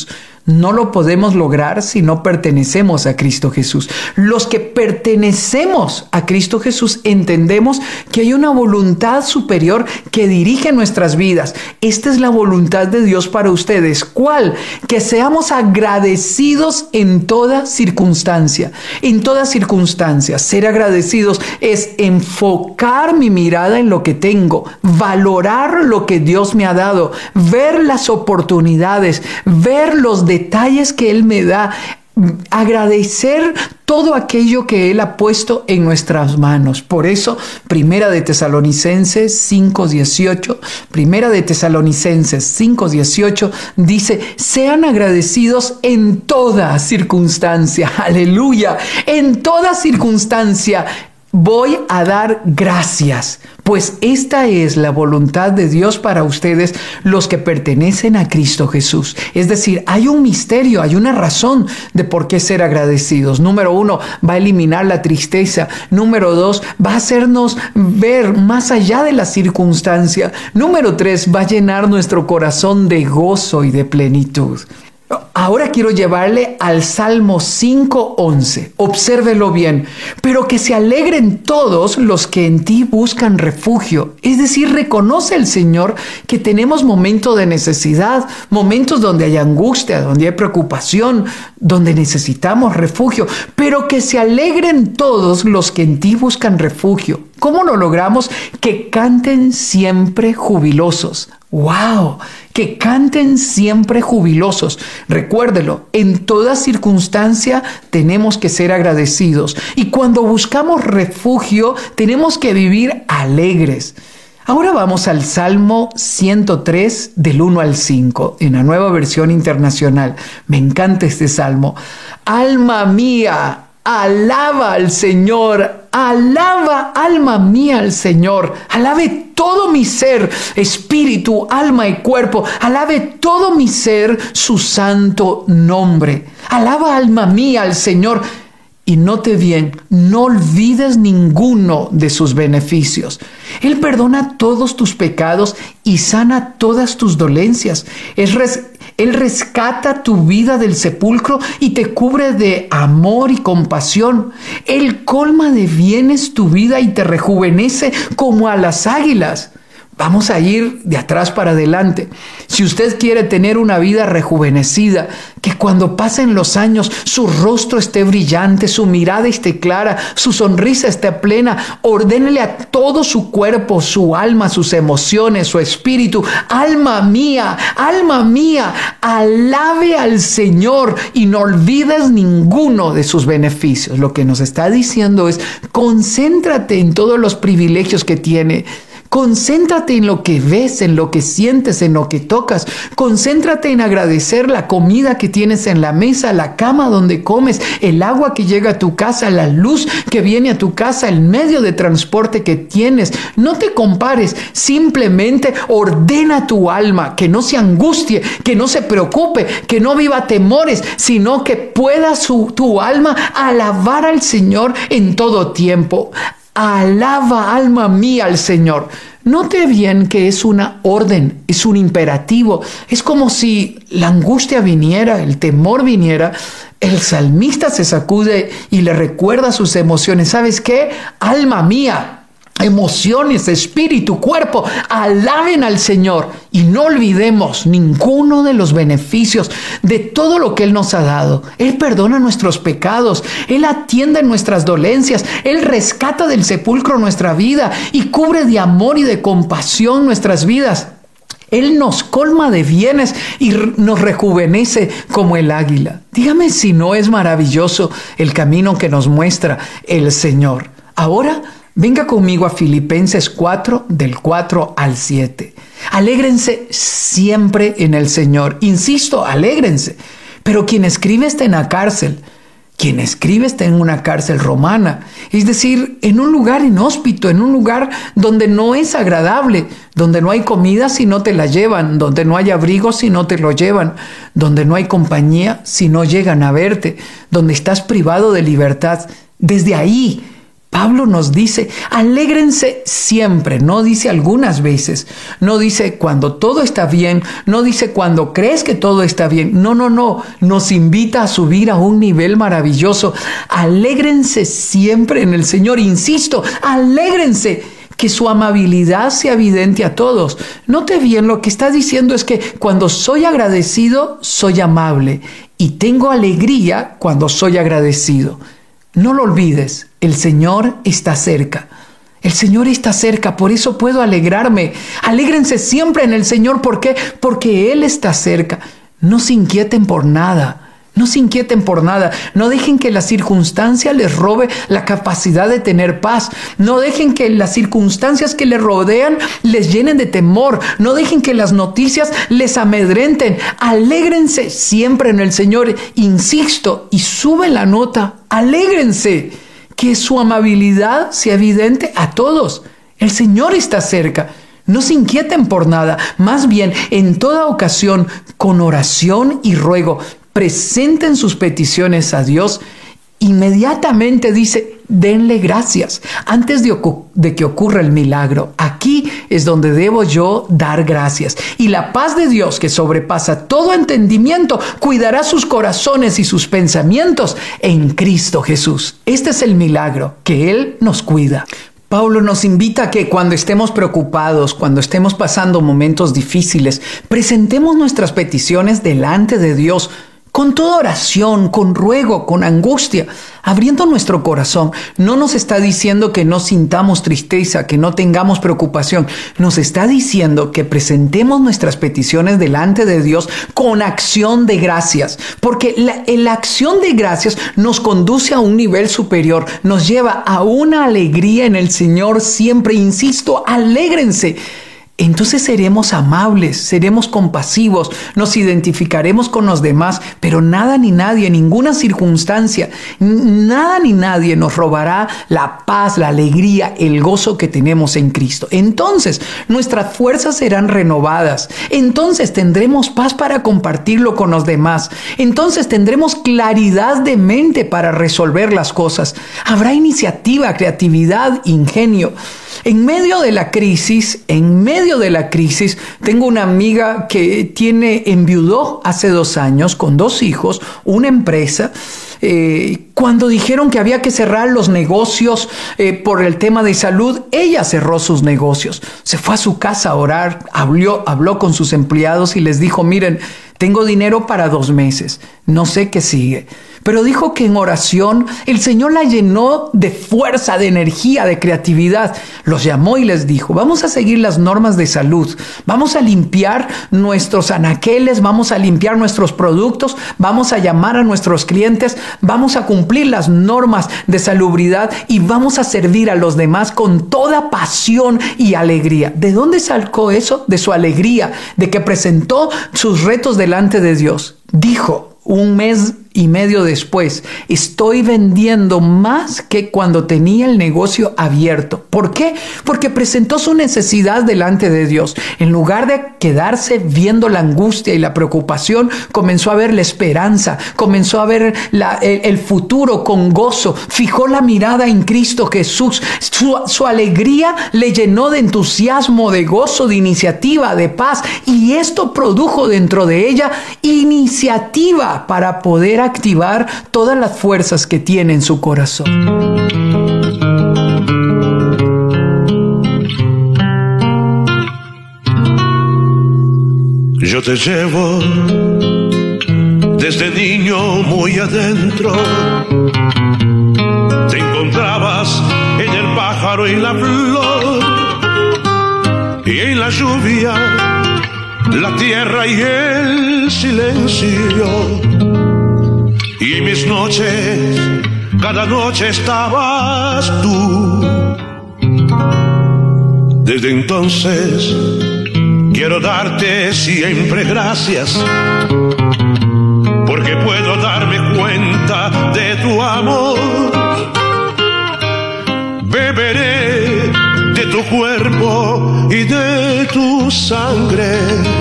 S17: No lo podemos lograr si no pertenecemos a Cristo Jesús. Los que pertenecemos a Cristo Jesús entendemos que hay una voluntad superior que dirige nuestras vidas. Esta es la voluntad de Dios para ustedes. ¿Cuál? Que seamos agradecidos en toda circunstancia. En toda circunstancia. Ser agradecidos es enfocar mi mirada en lo que tengo, valorar lo que Dios me ha dado, ver las oportunidades, ver los detalles que Él me da, agradecer todo aquello que Él ha puesto en nuestras manos. Por eso, Primera de Tesalonicenses 5:18 dice: sean agradecidos en toda circunstancia. Aleluya. En toda circunstancia voy a dar gracias, pues esta es la voluntad de Dios para ustedes, los que pertenecen a Cristo Jesús. Es decir, hay un misterio, hay una razón de por qué ser agradecidos. Número 1, va a eliminar la tristeza. Número 2, va a hacernos ver más allá de la circunstancia. Número 3, va a llenar nuestro corazón de gozo y de plenitud. Ahora quiero llevarle al Salmo 5:11. Obsérvelo bien. Pero que se alegren todos los que en ti buscan refugio. Es decir, reconoce el Señor que tenemos momentos de necesidad, momentos donde hay angustia, donde hay preocupación, donde necesitamos refugio. Pero que se alegren todos los que en ti buscan refugio. ¿Cómo lo logramos? Que canten siempre jubilosos. ¡Wow! Que canten siempre jubilosos. Recuérdelo, en toda circunstancia tenemos que ser agradecidos. Y cuando buscamos refugio, tenemos que vivir alegres. Ahora vamos al Salmo 103, del 1 al 5, en la Nueva Versión Internacional. Me encanta este salmo. Alma mía, alaba al Señor. Alaba, alma mía, al Señor. Alabe todo mi ser, espíritu, alma y cuerpo. Alabe todo mi ser su santo nombre. Alaba, alma mía, al Señor. Y note bien, no olvides ninguno de sus beneficios. Él perdona todos tus pecados y sana todas tus dolencias. Él rescata tu vida del sepulcro y te cubre de amor y compasión. Él colma de bienes tu vida y te rejuvenece como a las águilas. Vamos a ir de atrás para adelante. Si usted quiere tener una vida rejuvenecida, que cuando pasen los años su rostro esté brillante, su mirada esté clara, su sonrisa esté plena, ordénele a todo su cuerpo, su alma, sus emociones, su espíritu. Alma mía, alabe al Señor y no olvides ninguno de sus beneficios. Lo que nos está diciendo es: concéntrate en todos los privilegios que tiene. Concéntrate en lo que ves, en lo que sientes, en lo que tocas. Concéntrate en agradecer la comida que tienes en la mesa, la cama donde comes, el agua que llega a tu casa, la luz que viene a tu casa, el medio de transporte que tienes. No te compares, simplemente ordena tu alma, que no se angustie, que no se preocupe, que no viva temores, sino que pueda tu alma alabar al Señor en todo tiempo. Alaba, alma mía, al Señor. Note bien que es una orden, es un imperativo. Es como si la angustia viniera, el temor viniera. El salmista se sacude y le recuerda sus emociones. ¿Sabes qué? Alma mía, emociones, espíritu, cuerpo, alaben al Señor. Y no olvidemos ninguno de los beneficios de todo lo que Él nos ha dado. Él perdona nuestros pecados, Él atiende nuestras dolencias, Él rescata del sepulcro nuestra vida y cubre de amor y de compasión nuestras vidas. Él nos colma de bienes y nos rejuvenece como el águila. Dígame si no es maravilloso el camino que nos muestra el Señor. Ahora, venga conmigo a Filipenses 4, del 4 al 7. Alégrense siempre en el Señor. Insisto, alégrense. Pero quien escribe está en la cárcel. Quien escribe está en una cárcel romana. Es decir, en un lugar inhóspito, en un lugar donde no es agradable, donde no hay comida si no te la llevan, donde no hay abrigo si no te lo llevan, donde no hay compañía si no llegan a verte, donde estás privado de libertad. Desde ahí Pablo nos dice, alégrense siempre, no dice algunas veces, no dice cuando todo está bien, no dice cuando crees que todo está bien, no, nos invita a subir a un nivel maravilloso. Alégrense siempre en el Señor, insisto, alégrense, que su amabilidad sea evidente a todos. Note bien, lo que está diciendo es que cuando soy agradecido, soy amable, y tengo alegría cuando soy agradecido. No lo olvides, el Señor está cerca. El Señor está cerca, por eso puedo alegrarme. Alégrense siempre en el Señor. ¿Por qué? Porque Él está cerca. No se inquieten por nada. No se inquieten por nada. No dejen que la circunstancia les robe la capacidad de tener paz. No dejen que las circunstancias que les rodean les llenen de temor. No dejen que las noticias les amedrenten. Alégrense siempre en el Señor. Insisto, y sube la nota. Alégrense. Que su amabilidad sea evidente a todos. El Señor está cerca. No se inquieten por nada. Más bien, en toda ocasión, con oración y ruego, presenten sus peticiones a Dios. Inmediatamente dice, denle gracias antes de que ocurra el milagro. Aquí es donde debo yo dar gracias. Y la paz de Dios, que sobrepasa todo entendimiento, cuidará sus corazones y sus pensamientos en Cristo Jesús. Este es el milagro, que Él nos cuida. Pablo nos invita a que cuando estemos preocupados, cuando estemos pasando momentos difíciles, presentemos nuestras peticiones delante de Dios, con toda oración, con ruego, con angustia, abriendo nuestro corazón. No nos está diciendo que no sintamos tristeza, que no tengamos preocupación. Nos está diciendo que presentemos nuestras peticiones delante de Dios con acción de gracias. Porque la acción de gracias nos conduce a un nivel superior, nos lleva a una alegría en el Señor siempre. Insisto, alégrense. Entonces seremos amables, seremos compasivos, nos identificaremos con los demás, pero nada ni nadie, ninguna circunstancia, nada ni nadie nos robará la paz, la alegría, el gozo que tenemos en Cristo. Entonces nuestras fuerzas serán renovadas, entonces tendremos paz para compartirlo con los demás, entonces tendremos claridad de mente para resolver las cosas, habrá iniciativa, creatividad, ingenio. En medio de la crisis, tengo una amiga que enviudó hace 2 años con 2 hijos, una empresa. Cuando dijeron que había que cerrar los negocios por el tema de salud, ella cerró sus negocios. Se fue a su casa a orar, habló con sus empleados y les dijo, miren, tengo dinero para 2 meses, no sé qué sigue. Pero dijo que en oración el Señor la llenó de fuerza, de energía, de creatividad. Los llamó y les dijo, vamos a seguir las normas de salud, vamos a limpiar nuestros anaqueles, vamos a limpiar nuestros productos, vamos a llamar a nuestros clientes, vamos a cumplir las normas de salubridad y vamos a servir a los demás con toda pasión y alegría. ¿De dónde sacó eso? De su alegría, de que presentó sus retos delante de Dios. Dijo 1 mes y medio después, estoy vendiendo más que cuando tenía el negocio abierto. ¿Por qué? Porque presentó su necesidad delante de Dios. En lugar de quedarse viendo la angustia y la preocupación, comenzó a ver la esperanza, comenzó a ver el futuro con gozo, fijó la mirada en Cristo Jesús. Su alegría le llenó de entusiasmo, de gozo, de iniciativa, de paz, y esto produjo dentro de ella iniciativa para poder activar todas las fuerzas que tiene en su corazón.
S18: Yo te llevo desde niño muy adentro. Te encontrabas en el pájaro y la flor, y en la lluvia, la tierra y el silencio. Y en mis noches, cada noche estabas tú. Desde entonces quiero darte siempre gracias, porque puedo darme cuenta de tu amor. Beberé de tu cuerpo y de tu sangre,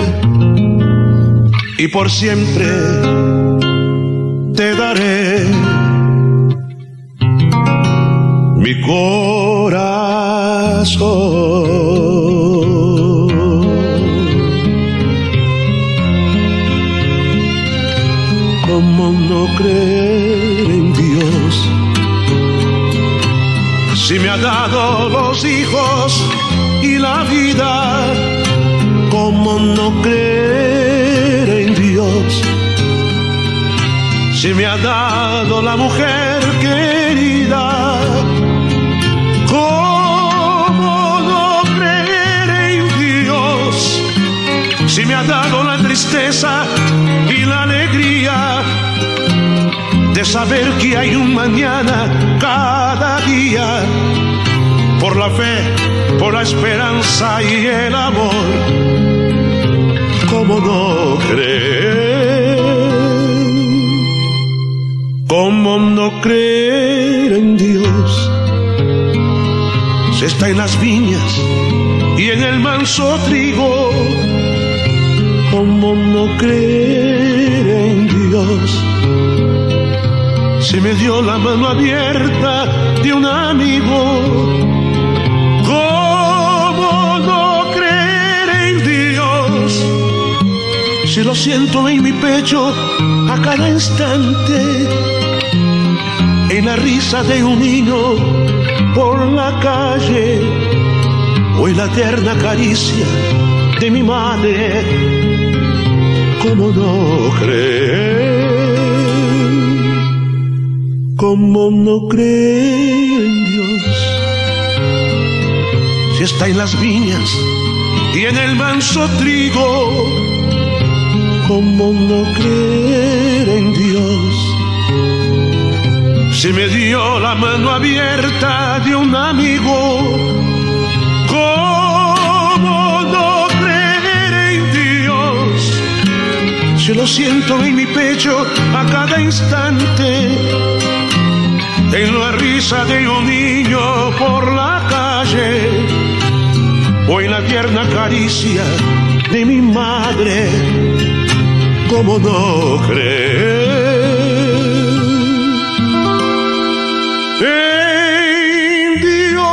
S18: y por siempre te daré mi corazón. ¿Cómo no creer en Dios si me ha dado los hijos y la vida? ¿Cómo no creer en Dios si me ha dado la mujer querida? ¿Cómo no creer en Dios si me ha dado la tristeza y la alegría de saber que hay un mañana cada día? Por la fe, por la esperanza y el amor, ¿cómo no creer? ¿Cómo no creer en Dios si está en las viñas y en el manso trigo? ¿Cómo no creer en Dios si me dio la mano abierta de un amigo? ¿Cómo no creer en Dios si lo siento en mi pecho a cada instante, en la risa de un niño por la calle o en la tierna caricia de mi madre? ¿Cómo no creer? ¿Cómo no creer en Dios si está en las viñas y en el manso trigo? ¿Cómo no creer en Dios si me dio la mano abierta de un amigo? ¿Cómo no creer en Dios si lo siento en mi pecho a cada instante, en la risa de un niño por la calle o en la tierna caricia de mi madre? ¿Cómo no creer en Dios?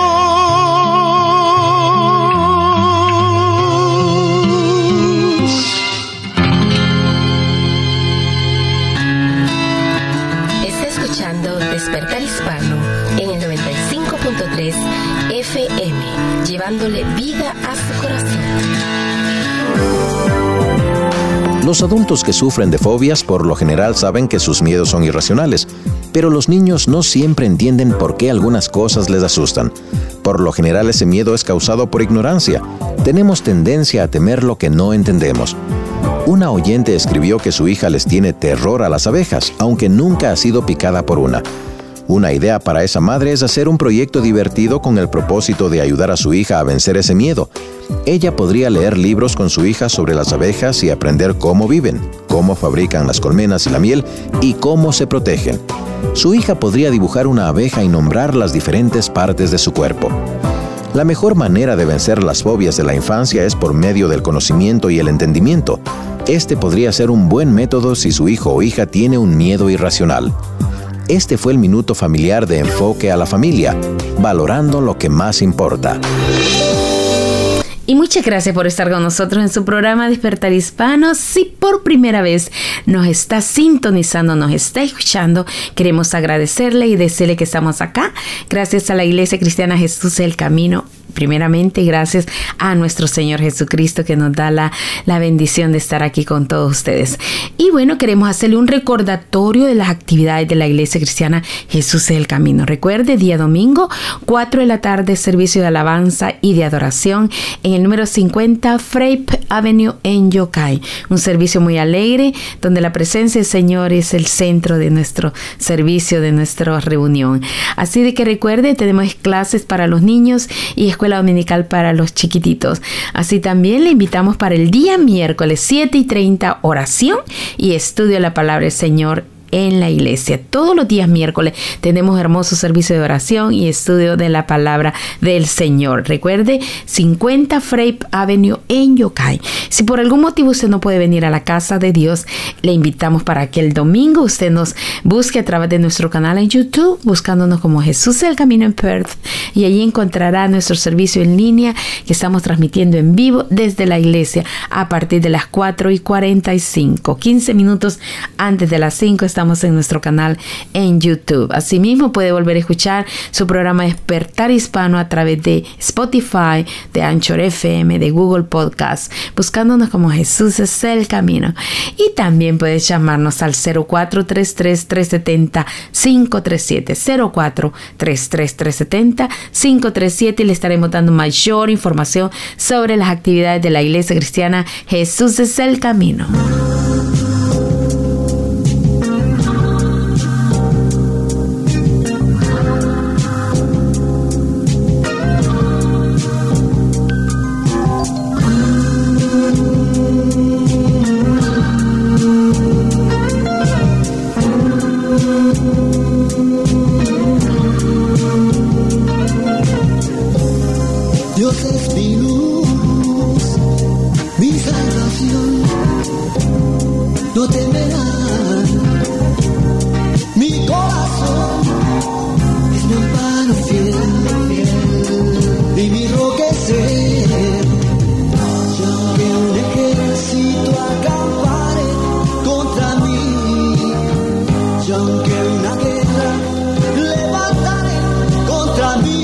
S7: Está escuchando Despertar Hispano en el 95.3 FM, llevándole vida a su corazón.
S19: Los adultos que sufren de fobias por lo general saben que sus miedos son irracionales, pero los niños no siempre entienden por qué algunas cosas les asustan. Por lo general ese miedo es causado por ignorancia. Tenemos tendencia a temer lo que no entendemos. Una oyente escribió que su hija les tiene terror a las abejas, aunque nunca ha sido picada por una. Una idea para esa madre es hacer un proyecto divertido con el propósito de ayudar a su hija a vencer ese miedo. Ella podría leer libros con su hija sobre las abejas y aprender cómo viven, cómo fabrican las colmenas y la miel y cómo se protegen. Su hija podría dibujar una abeja y nombrar las diferentes partes de su cuerpo. La mejor manera de vencer las fobias de la infancia es por medio del conocimiento y el entendimiento. Este podría ser un buen método si su hijo o hija tiene un miedo irracional. Este fue el minuto familiar de Enfoque a la Familia, valorando lo que más importa.
S6: Y muchas gracias por estar con nosotros en su programa Despertar Hispano. Si por primera vez nos está sintonizando, nos está escuchando, queremos agradecerle y decirle que estamos acá gracias a la Iglesia Cristiana Jesús el Camino. Primeramente, gracias a nuestro Señor Jesucristo que nos da la bendición de estar aquí con todos ustedes. Y bueno, queremos hacerle un recordatorio de las actividades de la Iglesia Cristiana Jesús es el Camino. Recuerde, día domingo, 4 de la tarde, servicio de alabanza y de adoración en el número 50 Frape Avenue en Yokai. Un servicio muy alegre, donde la presencia del Señor es el centro de nuestro servicio, de nuestra reunión. Así de que recuerde, tenemos clases para los niños y escuela dominical para los chiquititos. Así también le invitamos para el día miércoles 7:30 oración y estudio de la palabra del Señor en la iglesia. Todos los días miércoles tenemos hermoso servicio de oración y estudio de la palabra del Señor. Recuerde, 50 Frape Avenue en Yokai. Si por algún motivo usted no puede venir a la casa de Dios, le invitamos para que el domingo usted nos busque a través de nuestro canal en YouTube, buscándonos como Jesús el Camino en Perth, y allí encontrará nuestro servicio en línea que estamos transmitiendo en vivo desde la iglesia a partir de las 4:45. 15 minutos antes de las 5 estamos en nuestro canal en YouTube. Asimismo, puede volver a escuchar su programa Despertar Hispano a través de Spotify, de Anchor FM, de Google Podcast, buscándonos como Jesús es el Camino. Y también puedes llamarnos al 0433-370-537, 0433-370-537, y le estaremos dando mayor información sobre las actividades de la Iglesia Cristiana Jesús es el Camino.
S16: Dios es mi luz, mi salvación, no temerá. Mi corazón es mi amparo fiel, y mi roca es Él. Y aunque un ejército acampare contra mí, y aunque una guerra levantare contra mí,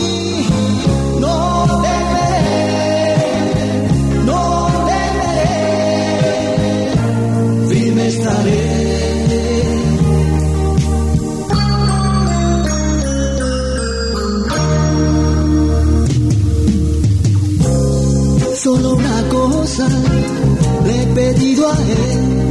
S16: solo una cosa le he pedido a Él,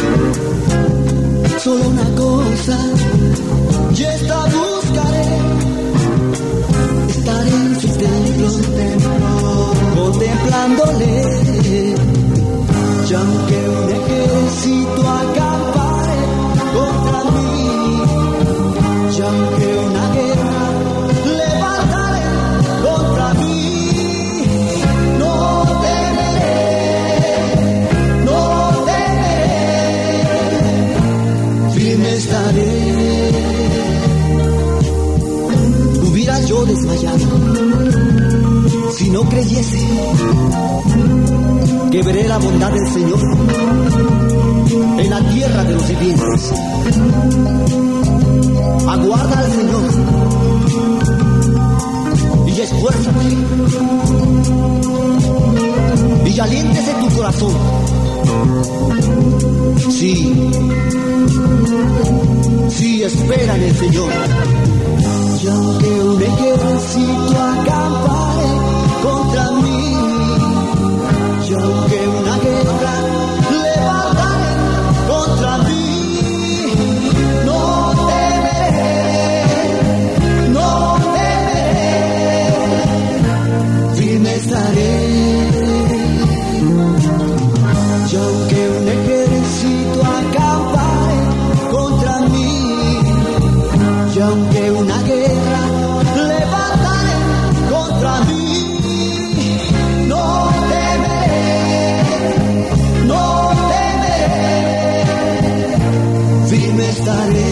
S16: solo una cosa, y esta buscaré, estaré en su templo, contemplándole, y aunque un ejército acampare contra mí, y aunque una guerra levantare contra mí, hubiera yo desmayado si no creyese que veré la bondad del Señor en la tierra de los vivientes. Aguarda al Señor y esfuérzate y aliéntese tu corazón. Sí, espera en el Señor. Y aunque un ejército acampare contra mí, y aunque una guerra levantare contra mí, no temeré, firme estaré. Y aunque un ejército acampare contra mí, y aunque una guerra levantare contra mí, no temeré, firme estaré.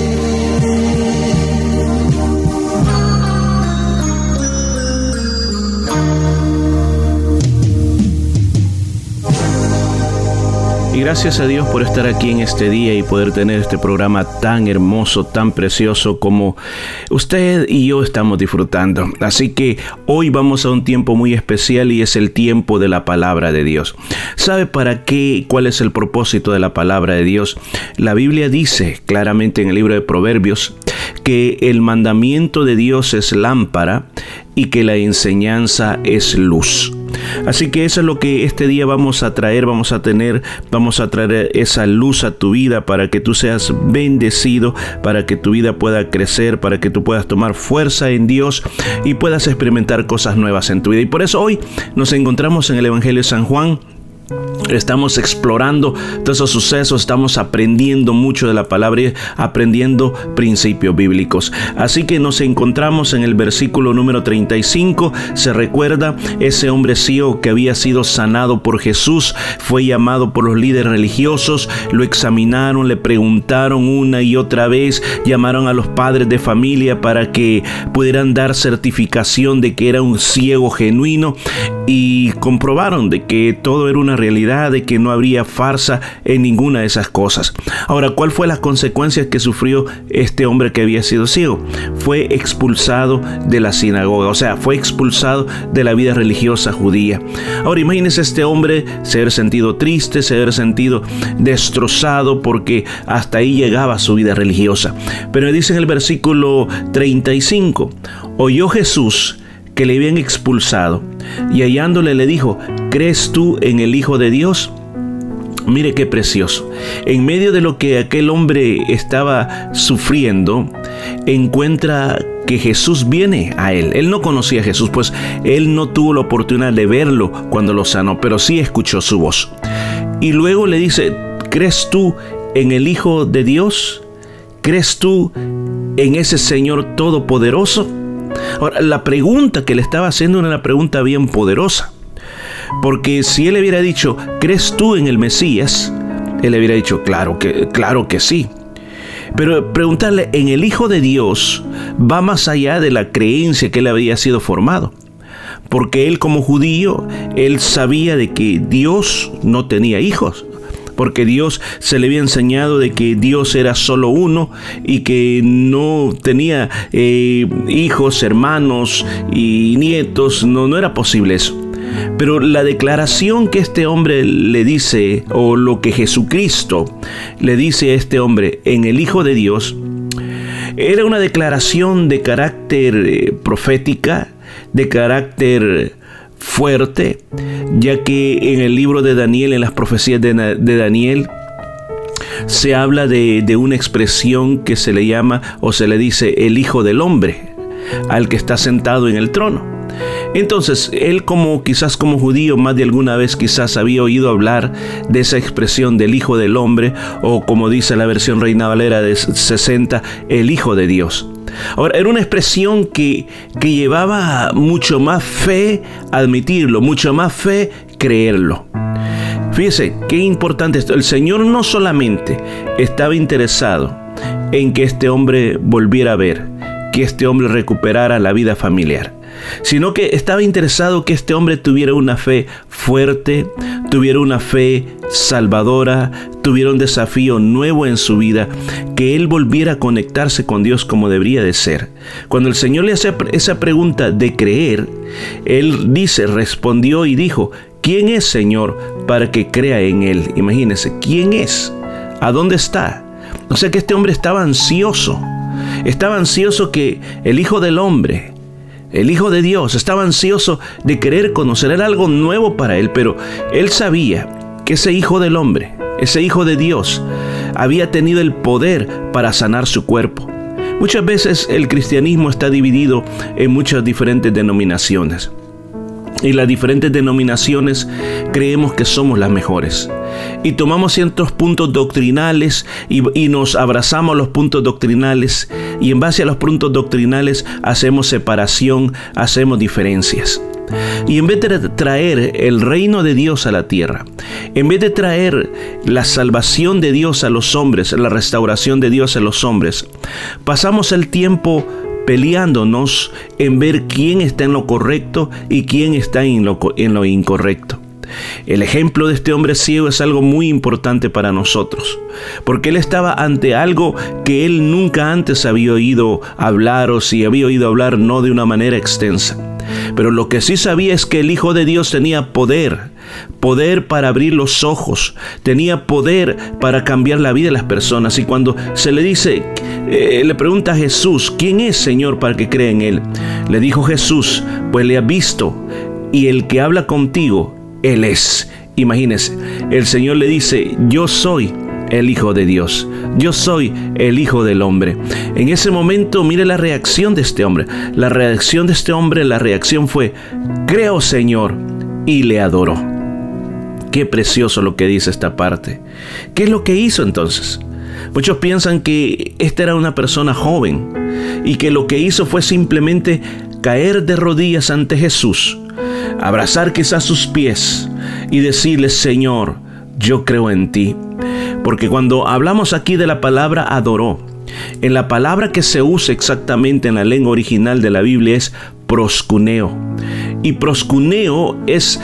S3: Y gracias a Dios por estar aquí en este día y poder tener este programa tan hermoso, tan precioso como usted y yo estamos disfrutando. Así que hoy vamos a un tiempo muy especial y es el tiempo de la palabra de Dios. ¿Sabe para qué? ¿Cuál es el propósito de la palabra de Dios? La Biblia dice claramente en el libro de Proverbios que el mandamiento de Dios es lámpara y que la enseñanza es luz. Así que eso es lo que este día vamos a traer, vamos a traer esa luz a tu vida para que tú seas bendecido, para que tu vida pueda crecer, para que tú puedas tomar fuerza en Dios y puedas experimentar cosas nuevas en tu vida. Y por eso hoy nos encontramos en el Evangelio de San Juan, Estamos explorando todos esos sucesos, estamos aprendiendo mucho de la palabra y aprendiendo principios bíblicos. Así que nos encontramos en el versículo número 35. Se recuerda ese hombre ciego que había sido sanado por Jesús, fue llamado por los líderes religiosos, lo examinaron, le preguntaron una y otra vez, llamaron a los padres de familia para que pudieran dar certificación de que era un ciego genuino y comprobaron de que todo era una realidad, de que no habría farsa en ninguna de esas cosas. Ahora, ¿cuál fue las consecuencias que sufrió este hombre que había sido ciego? Fue expulsado de la sinagoga, o sea, fue expulsado de la vida religiosa judía. Ahora, imagínense este hombre se haber sentido triste, se haber sentido destrozado, porque hasta ahí llegaba su vida religiosa. Pero dice en el versículo 35, oyó Jesús que le habían expulsado, y hallándole le dijo, ¿crees tú en el Hijo de Dios? Mire qué precioso. En medio de lo que aquel hombre estaba sufriendo, encuentra que Jesús viene a él. Él no conocía a Jesús, pues él no tuvo la oportunidad de verlo cuando lo sanó, pero sí escuchó su voz. Y luego le dice, ¿crees tú en el Hijo de Dios? ¿Crees tú en ese Señor todopoderoso? Ahora, la pregunta que le estaba haciendo era una pregunta bien poderosa, porque si él le hubiera dicho, ¿crees tú en el Mesías? Él le hubiera dicho, claro que sí. Pero preguntarle en el Hijo de Dios va más allá de la creencia que él había sido formado, porque él como judío, él sabía de que Dios no tenía hijos, porque Dios se le había enseñado de que Dios era solo uno y que no tenía hijos, hermanos y nietos. No era posible eso. Pero la declaración que este hombre le dice, o lo que Jesucristo le dice a este hombre en el Hijo de Dios, era una declaración de carácter profética, de carácter fuerte, ya que en el libro de Daniel, en las profecías de Daniel, se habla de una expresión que se le llama o se le dice el Hijo del Hombre, al que está sentado en el trono. Entonces, él quizás como judío más de alguna vez quizás había oído hablar de esa expresión del Hijo del Hombre, o como dice la versión Reina Valera de 60, el Hijo de Dios. Ahora, era una expresión que llevaba mucho más fe admitirlo, mucho más fe creerlo. Fíjese, qué importante esto. El Señor no solamente estaba interesado en que este hombre volviera a ver, que este hombre recuperara la vida familiar, sino que estaba interesado que este hombre tuviera una fe fuerte, tuviera una fe salvadora, tuviera un desafío nuevo en su vida, que él volviera a conectarse con Dios como debería de ser. Cuando el Señor le hace esa pregunta de creer, él respondió y dijo, ¿quién es, Señor, para que crea en él? Imagínense, ¿quién es? ¿A dónde está? O sea que este hombre estaba ansioso que el Hijo del Hombre, el Hijo de Dios, estaba ansioso de querer conocer. Era algo nuevo para él, pero él sabía que ese Hijo del Hombre, ese Hijo de Dios, había tenido el poder para sanar su cuerpo. Muchas veces el cristianismo está dividido en muchas diferentes denominaciones. Y las diferentes denominaciones creemos que somos las mejores. Y tomamos ciertos puntos doctrinales y nos abrazamos a los puntos doctrinales. Y en base a los puntos doctrinales hacemos separación, hacemos diferencias. Y en vez de traer el reino de Dios a la tierra, en vez de traer la salvación de Dios a los hombres, la restauración de Dios a los hombres, pasamos el tiempo peleándonos en ver quién está en lo correcto y quién está en lo incorrecto. El ejemplo de este hombre ciego es algo muy importante para nosotros, porque él estaba ante algo que él nunca antes había oído hablar, o si había oído hablar no de una manera extensa. Pero lo que sí sabía es que el Hijo de Dios tenía poder para abrir los ojos, tenía poder para cambiar la vida de las personas. Y cuando se le dice, le pregunta a Jesús, ¿quién es, Señor, para que crea en él? Le dijo Jesús, pues le has visto, y el que habla contigo, él es. Imagínese, el Señor le dice, yo soy el Hijo de Dios, yo soy el Hijo del Hombre. En ese momento, mire la reacción de este hombre. La reacción de este hombre, la reacción fue, creo, Señor, y le adoró. Qué precioso lo que dice esta parte. ¿Qué es lo que hizo entonces? Muchos piensan que esta era una persona joven y que lo que hizo fue simplemente caer de rodillas ante Jesús, abrazar quizás sus pies y decirle: Señor, yo creo en ti. Porque cuando hablamos aquí de la palabra adoró, en la palabra que se usa exactamente en la lengua original de la Biblia es proskuneo. Y proskuneo es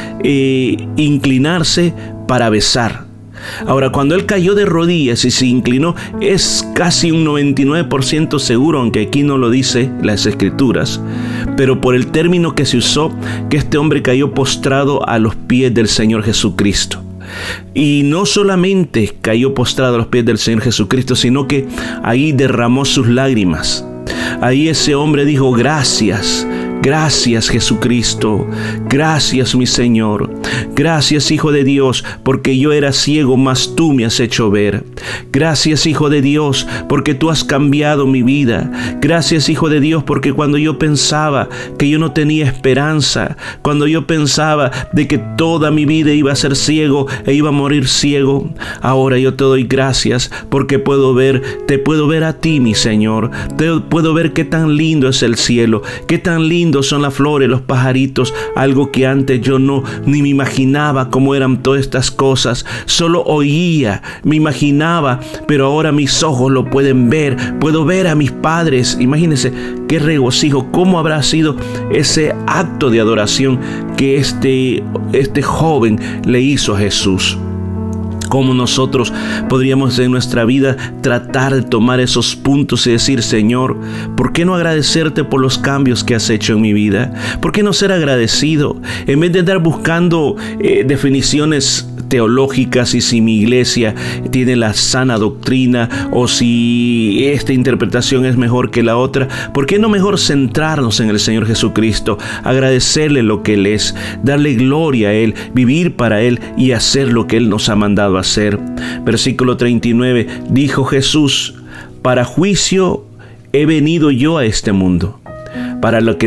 S3: inclinarse para besar. Ahora, cuando él cayó de rodillas y se inclinó, es casi un 99% seguro, aunque aquí no lo dice las escrituras, pero por el término que se usó, que este hombre cayó postrado a los pies del Señor Jesucristo. Y no solamente cayó postrado a los pies del Señor Jesucristo, sino que ahí derramó sus lágrimas. Ahí ese hombre dijo: gracias. Gracias, Jesucristo. Gracias, mi Señor. Gracias, Hijo de Dios, porque yo era ciego, mas tú me has hecho ver. Gracias, Hijo de Dios, porque tú has cambiado mi vida. Gracias, Hijo de Dios, porque cuando yo pensaba que yo no tenía esperanza, cuando yo pensaba de que toda mi vida iba a ser ciego e iba a morir ciego, ahora yo te doy gracias porque te puedo ver a ti, mi Señor. Te puedo ver qué tan lindo es el cielo, qué tan lindo son las flores, los pajaritos, algo que antes yo ni me imaginaba cómo eran todas estas cosas. Solo oía, me imaginaba, pero ahora mis ojos lo pueden ver. Puedo ver a mis padres. Imagínense qué regocijo, cómo habrá sido ese acto de adoración que este joven le hizo a Jesús. Cómo nosotros podríamos en nuestra vida tratar de tomar esos puntos y decir: Señor, ¿por qué no agradecerte por los cambios que has hecho en mi vida? ¿Por qué no ser agradecido? En vez de andar buscando definiciones teológicas y si mi iglesia tiene la sana doctrina o si esta interpretación es mejor que la otra, ¿por qué no mejor centrarnos en el Señor Jesucristo, agradecerle lo que Él es, darle gloria a Él, vivir para Él y hacer lo que Él nos ha mandado a hacer? Versículo 39, dijo Jesús: para juicio he venido yo a este mundo, para los que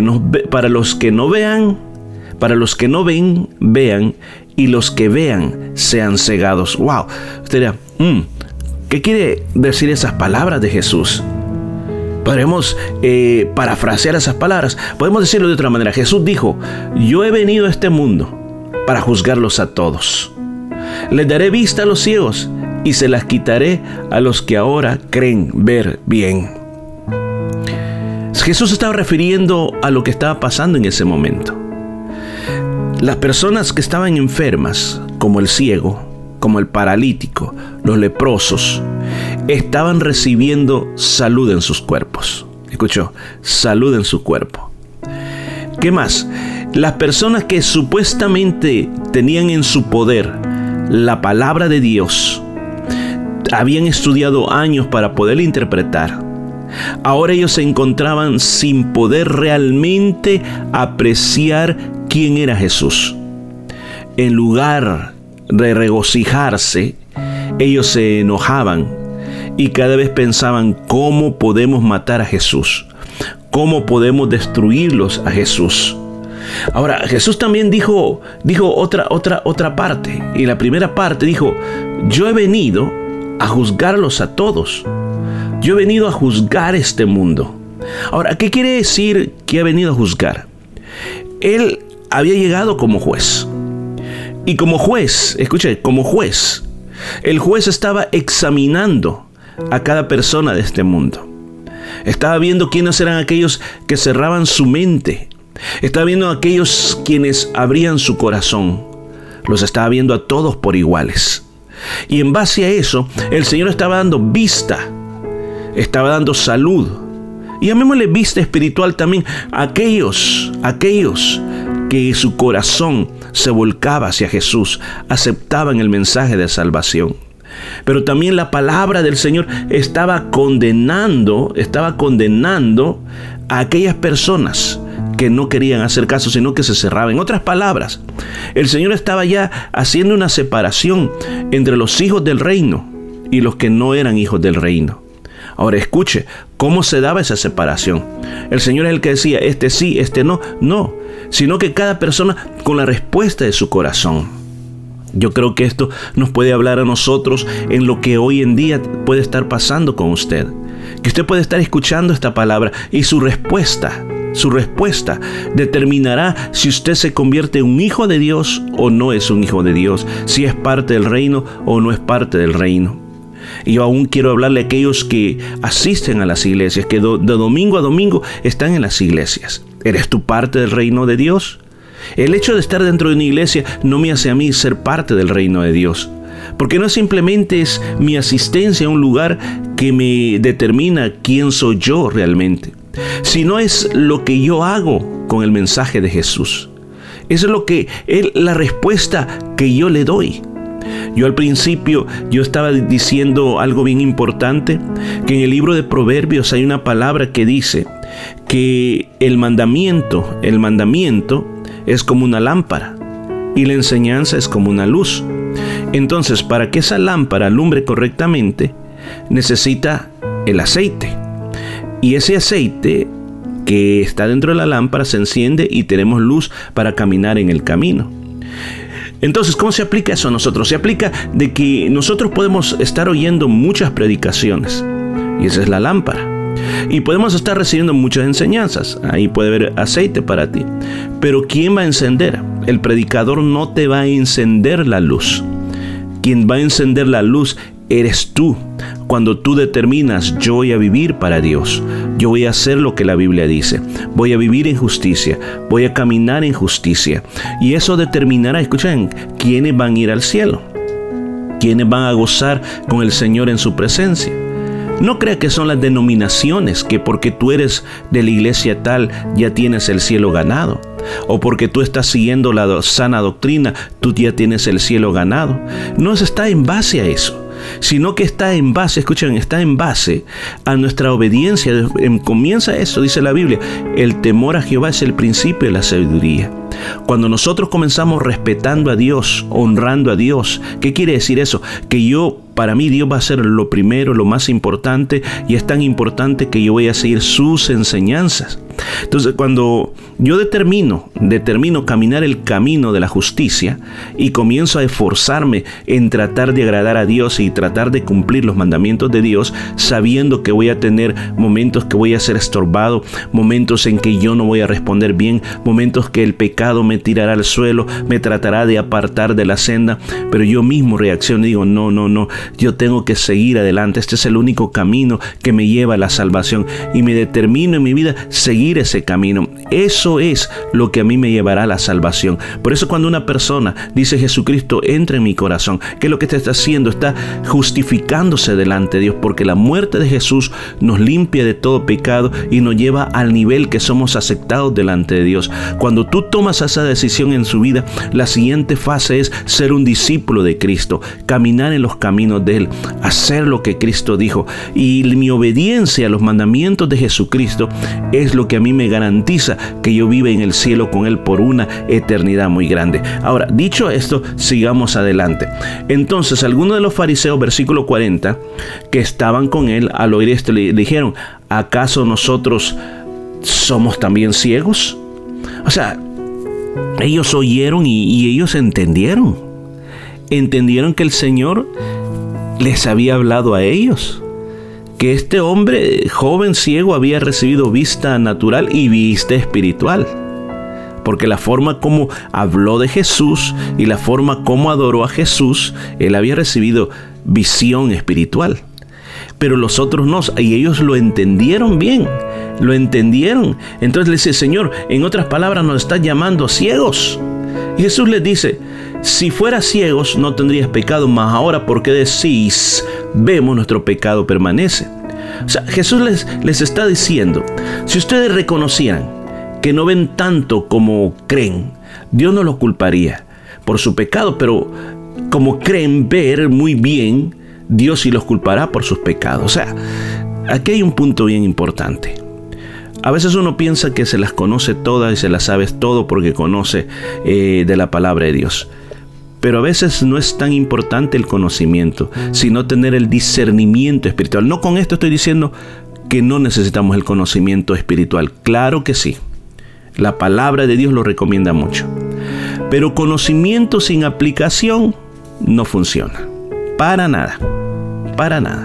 S3: no ven, vean, y los que vean sean cegados. Wow, usted dirá, ¿qué quiere decir esas palabras de Jesús? Podremos parafrasear esas palabras. Podemos decirlo de otra manera. Jesús dijo: yo he venido a este mundo para juzgarlos a todos. Les daré vista a los ciegos y se las quitaré a los que ahora creen ver bien. Jesús estaba refiriendo a lo que estaba pasando en ese momento. Las personas que estaban enfermas, como el ciego, como el paralítico, los leprosos, estaban recibiendo salud en sus cuerpos. ¿Escuchó? Salud en su cuerpo. ¿Qué más? Las personas que supuestamente tenían en su poder la palabra de Dios, habían estudiado años para poder interpretar. Ahora ellos se encontraban sin poder realmente apreciar quién era Jesús. En lugar de regocijarse, ellos se enojaban y cada vez pensaban: ¿cómo podemos matar a Jesús? ¿Cómo podemos destruirlos a Jesús? Ahora, Jesús también dijo otra parte. Y la primera parte dijo: yo he venido a juzgarlos a todos. Yo he venido a juzgar este mundo. Ahora, ¿qué quiere decir que ha venido a juzgar? Él había llegado como juez. Y como juez, escuche, como juez, el juez estaba examinando a cada persona de este mundo. Estaba viendo quiénes eran aquellos que cerraban su mente. Estaba viendo a aquellos quienes abrían su corazón. Los estaba viendo a todos por iguales. Y en base a eso, el Señor estaba dando vista. Estaba dando salud. Y llamémosle vista espiritual también a aquellos que su corazón se volcaba hacia Jesús, aceptaban el mensaje de salvación. Pero también la palabra del Señor estaba condenando a aquellas personas que no querían hacer caso, sino que se cerraban. En otras palabras, el Señor estaba ya haciendo una separación entre los hijos del reino y los que no eran hijos del reino. Ahora escuche, ¿cómo se daba esa separación? El Señor es el que decía: este sí, este no. No, sino que cada persona con la respuesta de su corazón. Yo creo que esto nos puede hablar a nosotros en lo que hoy en día puede estar pasando con usted. Que usted puede estar escuchando esta palabra y su respuesta determinará si usted se convierte en un hijo de Dios o no es un hijo de Dios, si es parte del reino o no es parte del reino. Y yo aún quiero hablarle a aquellos que asisten a las iglesias, que de domingo a domingo están en las iglesias. ¿Eres tú parte del reino de Dios? El hecho de estar dentro de una iglesia no me hace a mí ser parte del reino de Dios. Porque no simplemente es mi asistencia a un lugar que me determina quién soy yo realmente, sino es lo que yo hago con el mensaje de Jesús. Eso es la respuesta que yo le doy. Yo al principio estaba diciendo algo bien importante, que en el libro de Proverbios hay una palabra que dice que el mandamiento es como una lámpara y la enseñanza es como una luz. Entonces, para que esa lámpara alumbre correctamente, necesita el aceite. Y ese aceite que está dentro de la lámpara se enciende y tenemos luz para caminar en el camino. Entonces, ¿cómo se aplica eso a nosotros? Se aplica de que nosotros podemos estar oyendo muchas predicaciones, y esa es la lámpara. Y podemos estar recibiendo muchas enseñanzas. Ahí puede haber aceite para ti. Pero ¿quién va a encender? El predicador no te va a encender la luz. Quien va a encender la luz eres tú. Cuando tú determinas, yo voy a vivir para Dios. Yo voy a hacer lo que la Biblia dice. Voy a vivir en justicia. Voy a caminar en justicia. Y eso determinará, escuchen, quiénes van a ir al cielo. Quiénes van a gozar con el Señor en su presencia. No crea que son las denominaciones, que porque tú eres de la iglesia tal ya tienes el cielo ganado, o porque tú estás siguiendo la sana doctrina tú ya tienes el cielo ganado. No está en base a eso, sino que está en base, escuchen, está en base a nuestra obediencia. Comienza eso, dice la Biblia, el temor a Jehová es el principio de la sabiduría. Cuando nosotros comenzamos respetando a Dios, honrando a Dios, ¿qué quiere decir eso? Que para mí Dios va a ser lo primero, lo más importante, y es tan importante que yo voy a seguir sus enseñanzas. Entonces, cuando yo determino caminar el camino de la justicia y comienzo a esforzarme en tratar de agradar a Dios y tratar de cumplir los mandamientos de Dios, sabiendo que voy a tener momentos que voy a ser estorbado, momentos en que yo no voy a responder bien, momentos que el pecado me tirará al suelo, me tratará de apartar de la senda, pero yo mismo reacciono y digo, no, yo tengo que seguir adelante. Este es el único camino que me lleva a la salvación, y me determino en mi vida seguir ese camino. Eso es lo que a mí me llevará a la salvación. Por eso cuando una persona dice, Jesucristo entra en mi corazón, ¿qué es lo que te está haciendo? Está justificándose delante de Dios, porque la muerte de Jesús nos limpia de todo pecado y nos lleva al nivel que somos aceptados delante de Dios. Cuando tú tomas esa decisión en su vida, la siguiente fase es ser un discípulo de Cristo, caminar en los caminos de Él, hacer lo que Cristo dijo. Y mi obediencia a los mandamientos de Jesucristo es lo que a mí me garantiza que yo viva en el cielo con Él por una eternidad muy grande. Ahora, dicho esto, sigamos adelante. Entonces, algunos de los fariseos, versículo 40, que estaban con Él, al oír esto le dijeron, ¿acaso nosotros somos también ciegos? O sea, ellos oyeron y ellos entendieron que el Señor les había hablado a ellos, que este hombre joven ciego había recibido vista natural y vista espiritual, porque la forma como habló de Jesús y la forma como adoró a Jesús, él había recibido visión espiritual. Pero los otros no, y ellos lo entendieron bien, lo entendieron. Entonces le dice, Señor, en otras palabras nos estás llamando ciegos. Y Jesús les dice, si fueras ciegos no tendrías pecado, mas ahora porque decís, vemos, nuestro pecado permanece. O sea, Jesús les está diciendo, si ustedes reconocieran que no ven tanto como creen, Dios no los culparía por su pecado, pero como creen ver muy bien, Dios sí los culpará por sus pecados. O sea, aquí hay un punto bien importante. A veces uno piensa que se las conoce todas y se las sabe todo porque conoce de la palabra de Dios. Pero a veces no es tan importante el conocimiento, sino tener el discernimiento espiritual. No con esto estoy diciendo que no necesitamos el conocimiento espiritual. Claro que sí. La palabra de Dios lo recomienda mucho. Pero conocimiento sin aplicación no funciona. Para nada. Para nada.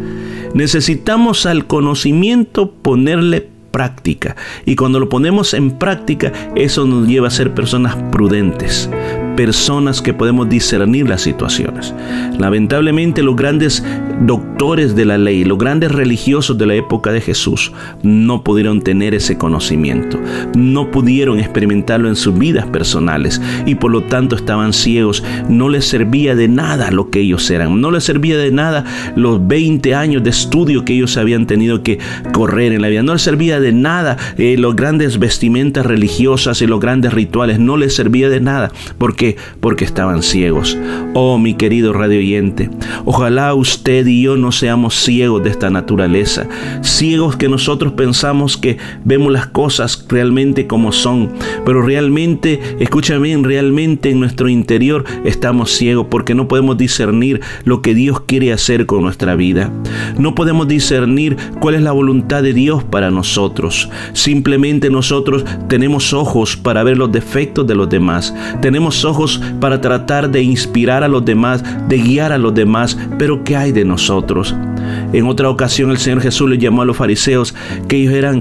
S3: Necesitamos al conocimiento ponerle práctica. Y cuando lo ponemos en práctica, eso nos lleva a ser personas prudentes, personas que podemos discernir las situaciones. Lamentablemente, los grandes doctores de la ley, los grandes religiosos de la época de Jesús, no pudieron tener ese conocimiento, no pudieron experimentarlo en sus vidas personales y por lo tanto estaban ciegos. No les servía de nada lo que ellos eran, no les servía de nada los 20 años de estudio que ellos habían tenido que correr en la vida, no les servía de nada los grandes vestimentas religiosas y los grandes rituales, no les servía de nada. ¿Por qué? Porque estaban ciegos. Oh, mi querido radio oyente, ojalá usted y yo no seamos ciegos de esta naturaleza, ciegos que nosotros pensamos que vemos las cosas realmente como son, pero realmente, escúchame bien, realmente en nuestro interior estamos ciegos porque no podemos discernir lo que Dios quiere hacer con nuestra vida. No podemos discernir cuál es la voluntad de Dios para nosotros. Simplemente nosotros tenemos ojos para ver los defectos de los demás, tenemos ojos para tratar de inspirar a los demás, de guiar a los demás, pero ¿qué hay de nosotros? En otra ocasión el Señor Jesús les llamó a los fariseos que ellos eran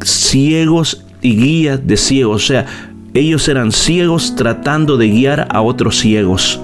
S3: ciegos y guías de ciegos, o sea, ellos eran ciegos tratando de guiar a otros ciegos.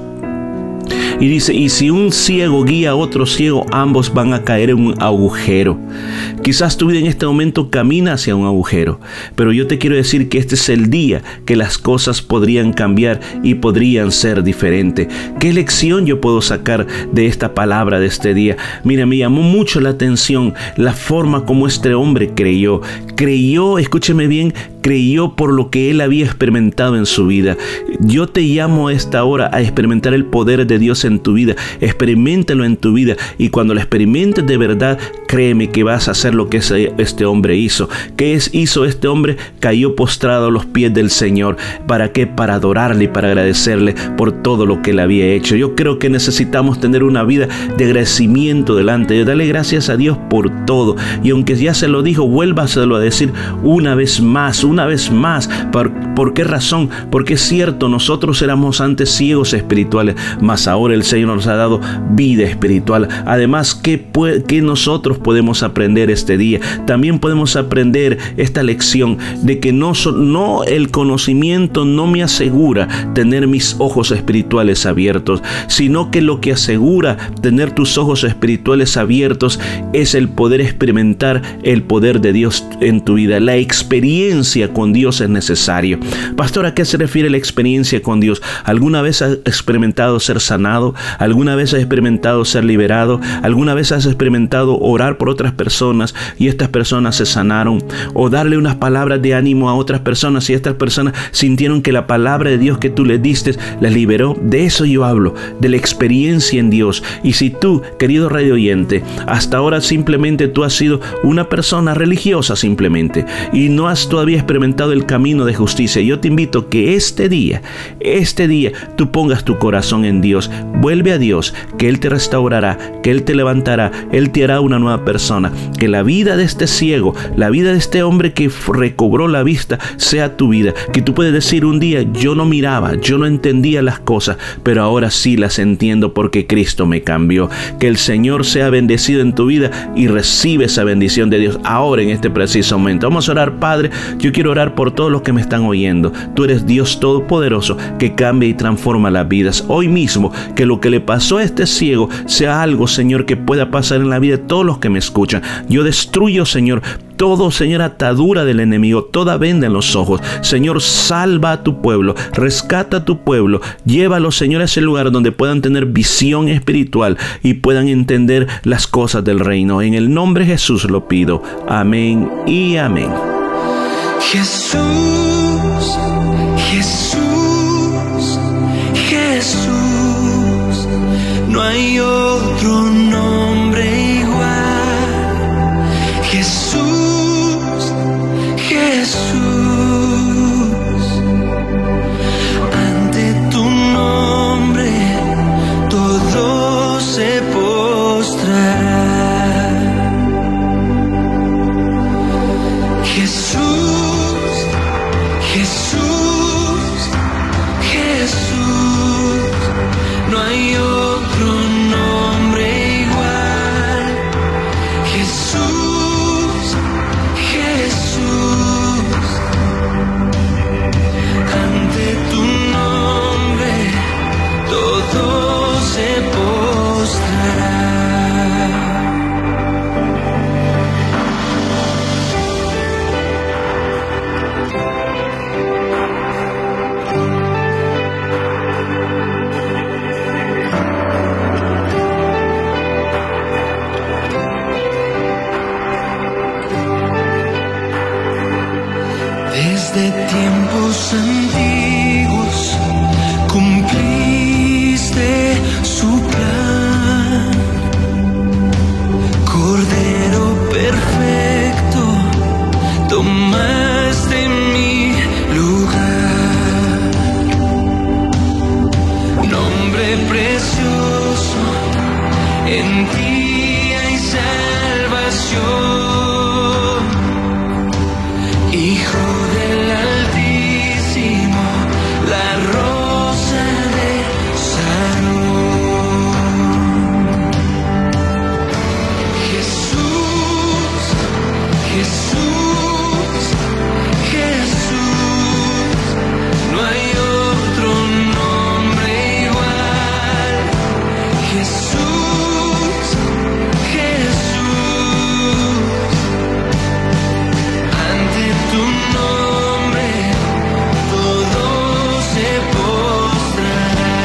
S3: Y dice, y si un ciego guía a otro ciego, ambos van a caer en un agujero. Quizás tu vida en este momento camina hacia un agujero, pero yo te quiero decir que este es el día que las cosas podrían cambiar y podrían ser diferentes. ¿Qué lección yo puedo sacar de esta palabra de este día? Mira, me llamó mucho la atención la forma como este hombre creyó. Creyó, escúcheme bien, creyó por lo que él había experimentado en su vida. Yo te llamo a esta hora a experimentar el poder de Dios en tu vida. Experiméntalo en tu vida y cuando lo experimentes de verdad, créeme que vas a hacer lo que este hombre hizo. ¿Qué hizo este hombre? Cayó postrado a los pies del Señor. ¿Para qué? Para adorarle y para agradecerle por todo lo que él había hecho. Yo creo que necesitamos tener una vida de agradecimiento delante de Dios. Dale gracias a Dios por todo. Y aunque ya se lo dijo, vuélvaselo a decir una vez más. ¿Por qué razón? Porque es cierto, nosotros éramos antes ciegos espirituales, mas ahora el Señor nos ha dado vida espiritual. Además, ¿qué nosotros podemos aprender este día? También podemos aprender esta lección de que no el conocimiento no me asegura tener mis ojos espirituales abiertos, sino que lo que asegura tener tus ojos espirituales abiertos es el poder experimentar el poder de Dios en tu vida. La experiencia con Dios es necesario. Pastor, ¿a qué se refiere la experiencia con Dios? ¿Alguna vez has experimentado ser sanado? ¿Alguna vez has experimentado ser liberado? ¿Alguna vez has experimentado orar por otras personas y estas personas se sanaron? ¿O darle unas palabras de ánimo a otras personas y estas personas sintieron que la palabra de Dios que tú les diste las liberó? De eso yo hablo, de la experiencia en Dios. Y si tú, querido radio oyente, hasta ahora simplemente tú has sido una persona religiosa simplemente y no has todavía experimentado el camino de justicia, yo te invito que este día tú pongas tu corazón en Dios. Vuelve a Dios, que Él te restaurará, que Él te levantará, Él te hará una nueva persona. Que la vida de este ciego, la vida de este hombre que recobró la vista sea tu vida. Que tú puedes decir un día, yo no miraba, yo no entendía las cosas, pero ahora sí las entiendo porque Cristo me cambió. Que el Señor sea bendecido en tu vida y recibe esa bendición de Dios ahora en este preciso momento. Vamos a orar. Padre, yo quiero orar por todos los que me están oyendo. Tú eres Dios Todopoderoso que cambia y transforma las vidas. Hoy mismo, que lo que le pasó a este ciego sea algo, Señor, que pueda pasar en la vida de todos los que me escuchan. Yo destruyo, Señor, todo, Señor, atadura del enemigo, toda venda en los ojos. Señor, salva a tu pueblo, rescata a tu pueblo, llévalo, Señor, a ese lugar donde puedan tener visión espiritual y puedan entender las cosas del reino. En el nombre de Jesús lo pido. Amén y amén.
S16: Jesús, Jesús, Jesús, no hay otro nombre igual. Jesús, Jesús, ante tu nombre todo se postrará. Jesús, Jesús, Jesús, no hay Desde tiempos antiguos cumpliste su plan. Cordero perfecto, tomaste mi lugar. Nombre precioso, en ti hay salvación. Hijo del Altísimo, la rosa de Sarón. Jesús, Jesús, Jesús, no hay otro nombre igual. Jesús, Jesús, ante tu nombre todo se postrará.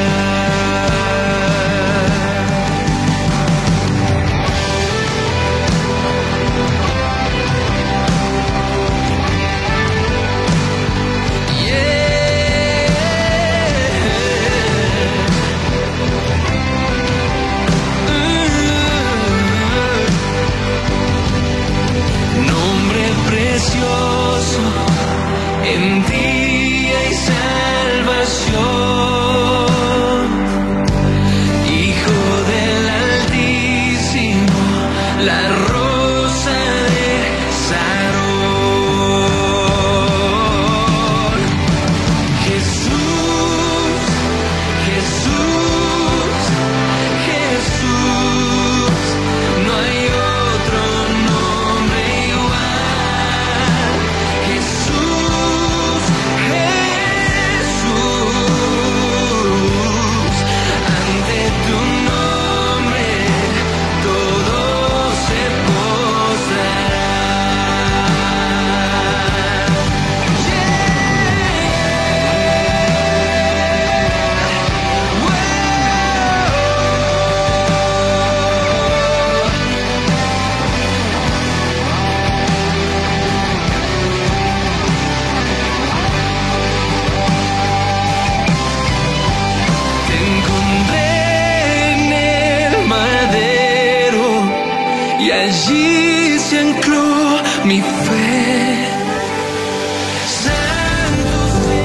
S16: Nombre precioso, en ti hay salvación. Hijo del Altísimo, la rosa de Sarón. Jesús, Jesús, Jesús, no hay otro nombre igual. Jesús, Jesús, ante tu nombre todo se postrará. Te encontré en el madero y allí se ancló mi fe. Santo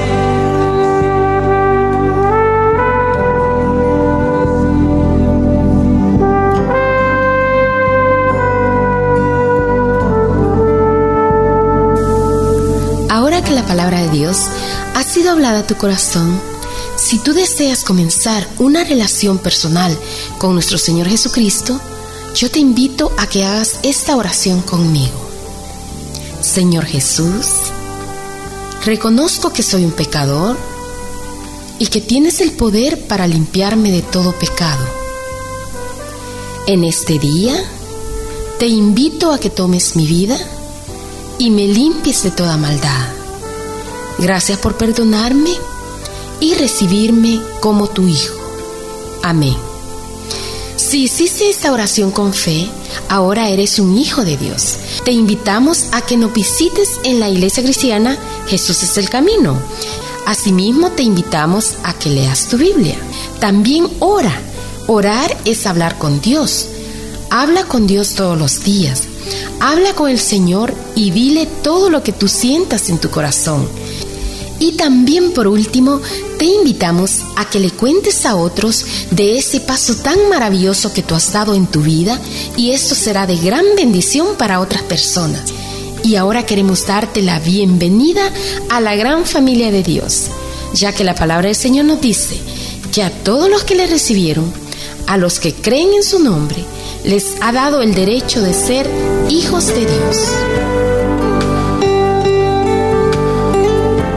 S7: Ahora que la palabra de Dios ha sido hablada a tu corazón, si tú deseas comenzar una relación personal con nuestro Señor Jesucristo, yo te invito a que hagas esta oración conmigo. Señor Jesús, reconozco que soy un pecador y que tienes el poder para limpiarme de todo pecado. En este día, te invito a que tomes mi vida y me limpies de toda maldad. Gracias por perdonarme y recibirme como tu hijo. Amén. Si hiciste esta oración con fe, ahora eres un hijo de Dios. Te invitamos a que nos visites en la Iglesia Cristiana Jesús es el Camino. Asimismo, te invitamos a que leas tu Biblia. También ora. Orar es hablar con Dios. Habla con Dios todos los días. Habla con el Señor y dile todo lo que tú sientas en tu corazón. Y también, por último, te invitamos a que le cuentes a otros de ese paso tan maravilloso que tú has dado en tu vida, y esto será de gran bendición para otras personas. Y ahora queremos darte la bienvenida a la gran familia de Dios, ya que la palabra del Señor nos dice que a todos los que le recibieron, a los que creen en su nombre, les ha dado el derecho de ser hijos de Dios.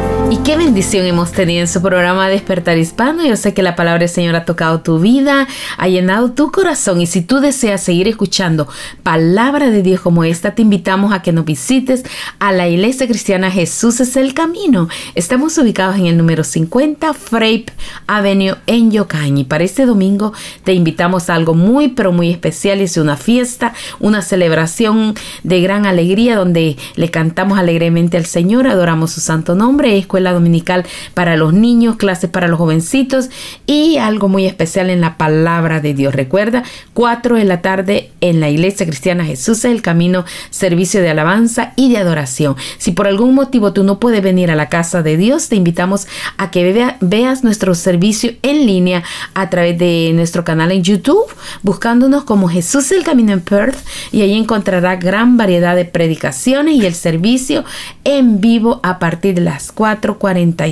S6: Qué bendición hemos tenido en su programa Despertar Hispano. Yo sé que la palabra del Señor ha tocado tu vida, ha llenado tu corazón. Y si tú deseas seguir escuchando palabra de Dios como esta, te invitamos a que nos visites a la Iglesia Cristiana Jesús es el Camino. Estamos ubicados en el número 50 Frape Avenue en Yokain. Y para este domingo te invitamos a algo muy, pero muy especial. Es una fiesta, una celebración de gran alegría donde le cantamos alegremente al Señor, adoramos su santo nombre, escuela dominical para los niños, clases para los jovencitos y algo muy especial en la palabra de Dios. Recuerda, 4 de la tarde en la Iglesia Cristiana Jesús es el Camino, servicio de alabanza y de adoración. Si por algún motivo tú no puedes venir a la casa de Dios, te invitamos a que veas nuestro servicio en línea a través de nuestro canal en YouTube, buscándonos como Jesús el Camino en Perth, y ahí encontrará gran variedad de predicaciones y el servicio en vivo a partir de las 4:45.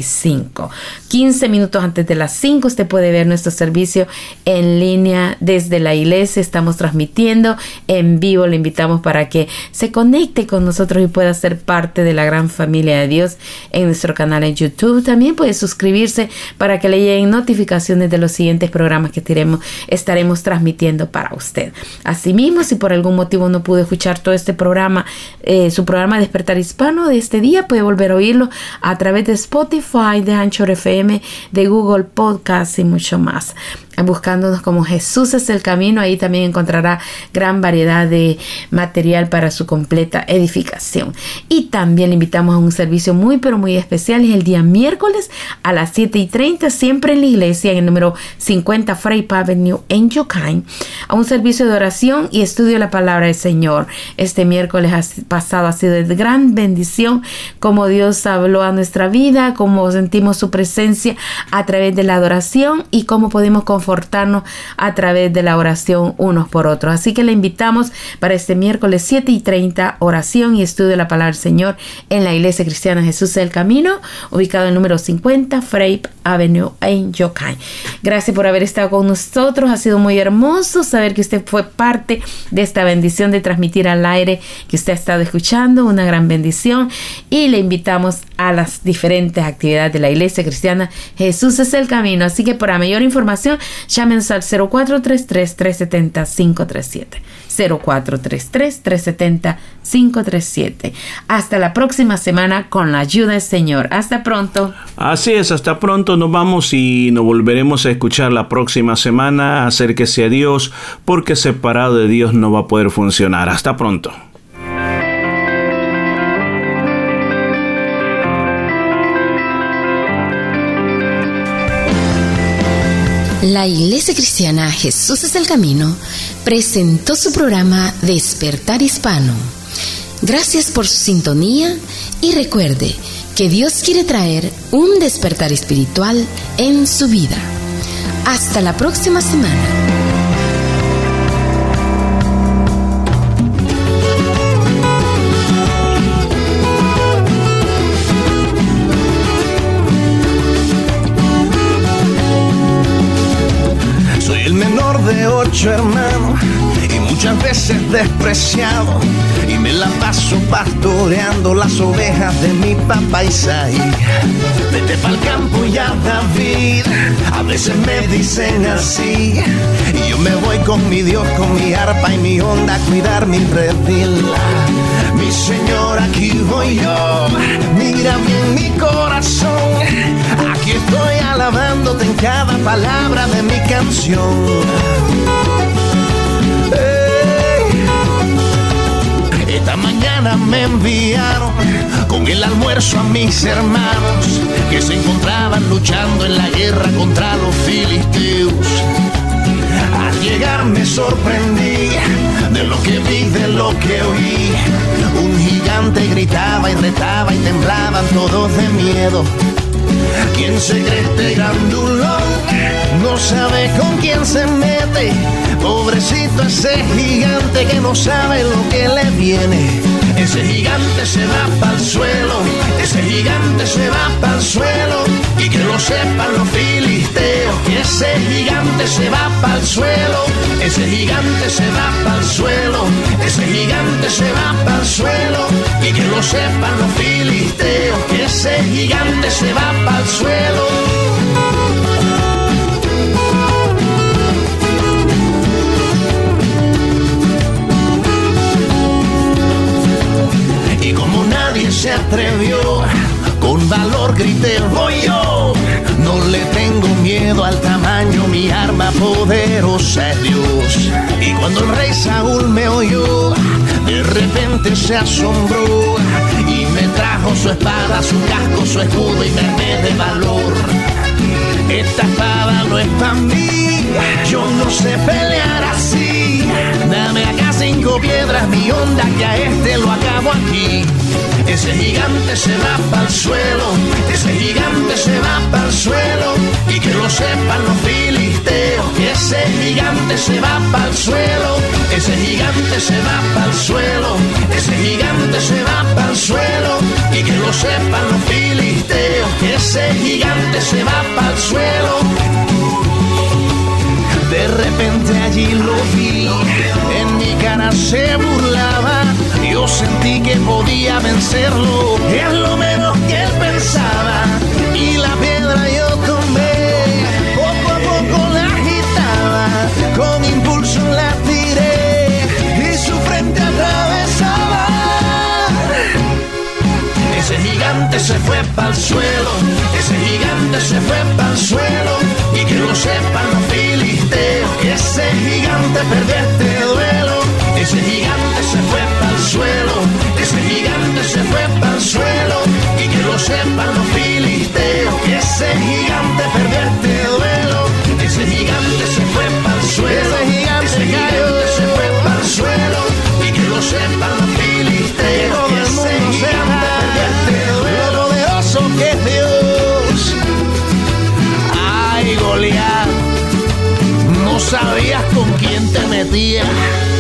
S6: 15 minutos antes de las 5 usted puede ver nuestro servicio en línea desde la iglesia. Estamos transmitiendo en vivo. Le invitamos para que se conecte con nosotros y pueda ser parte de la gran familia de Dios en nuestro canal en YouTube. También puede suscribirse para que le lleguen notificaciones de los siguientes programas que estaremos transmitiendo para usted. Asimismo, si por algún motivo no pudo escuchar todo este programa, su programa Despertar Hispano de este día, puede volver a oírlo a través de Spotify, de Anchor FM, de Google Podcast y mucho más. Buscándonos como Jesús es el Camino, ahí también encontrará gran variedad de material para su completa edificación. Y también le invitamos a un servicio muy pero muy especial, es el día miércoles a las 7:30, siempre en la iglesia, en el número 50 Frape Avenue en Yokain, a un servicio de oración y estudio de la palabra del Señor. Este miércoles pasado ha sido de gran bendición, como Dios habló a nuestra vida, cómo sentimos su presencia a través de la adoración y cómo podemos confortarnos a través de la oración unos por otros. Así que le invitamos para este miércoles 7:30, oración y estudio de la palabra del Señor en la Iglesia Cristiana Jesús es el Camino, ubicado en el número 50 Frape Avenue en Yokain. Gracias por haber estado con nosotros. Ha sido muy hermoso saber que usted fue parte de esta bendición de transmitir al aire que usted ha estado escuchando. Una gran bendición. Y le invitamos a las diferentes actividades de la Iglesia Cristiana Jesús es el Camino. Así que para mayor información, llámenos al 0433-370-537. 0433-370-537. Hasta la próxima semana con la ayuda del Señor. Hasta pronto.
S3: Así es, hasta pronto. Nos vamos y nos volveremos a escuchar la próxima semana. Acérquese a Dios, porque separado de Dios no va a poder funcionar. Hasta pronto.
S7: La Iglesia Cristiana Jesús es el Camino presentó su programa Despertar Hispano. Gracias por su sintonía y recuerde que Dios quiere traer un despertar espiritual en su vida. Hasta la próxima semana.
S18: De 8 hermanos y muchas veces despreciado, y me la paso pastoreando las ovejas de mi papá Isaí. Vete pa'l campo ya, David, a veces me dicen así, y yo me voy con mi Dios, con mi arpa y mi onda a cuidar mi redil. Mi Señor, aquí voy yo, mira bien mi corazón, aquí estoy alabándote en cada palabra de mi canción. Esta mañana me enviaron con el almuerzo a mis hermanos que se encontraban luchando en la guerra contra los filisteos. Al llegar me sorprendí de lo que vi, de lo que oí. Un gigante gritaba y retaba y temblaban todos de miedo. ¿Quién se cree este grandulón? No sabe con quién se mete. Pobrecito ese gigante que no sabe lo que le viene. Ese gigante se va pa'l suelo, ese gigante se va pa'l suelo. Y que lo sepan los filisteos, que ese gigante
S2: gigante se va pa'l suelo, ese gigante se va pa'l suelo, ese gigante se va pa'l suelo, y que lo sepan los filisteos, que ese gigante se va pa'l suelo. Y como nadie se atrevió, con valor grité, voy yo. No le tengo miedo al tamaño, mi arma poderosa es Dios. Y cuando el rey Saúl me oyó, de repente se asombró y me trajo su espada, su casco, su escudo y me armé de valor. Esta espada no es para mí, yo no sé pelear así. Dame acá 5 piedras, mi onda, que a este lo acabo aquí. Ese gigante se va pa'l suelo, ese gigante se va pa'l suelo, y que lo sepan los filisteos, que ese gigante se va pa'l suelo, ese gigante se va pa'l suelo, ese gigante se va pa'l suelo, y que lo sepan los filisteos, que ese gigante se va pa'l suelo. De repente allí lo vi, en mi cara se burlaba, yo sentí que podía vencerlo, es lo menos que él pensaba, y la piedra yo tomé, poco a poco la agitaba, con impulso la tiré, y su frente atravesaba. Ese gigante se fue pa'l suelo, ese gigante se fue pa'l suelo, y que lo sepan los filisteos, que ese gigante perdió este duelo. Ese gigante se fue pa'l suelo, ese gigante se fue pa'l suelo, y que lo sepan los filisteos, que ese gigante perdió este duelo. Ese gigante se fue pa'l suelo, ese gigante se fue pa'l suelo, y que lo sepan los filisteos, que ese gigante perdió este duelo. Lo poderoso que es Dios. Ay, Goliat, no sabías con quién te metías.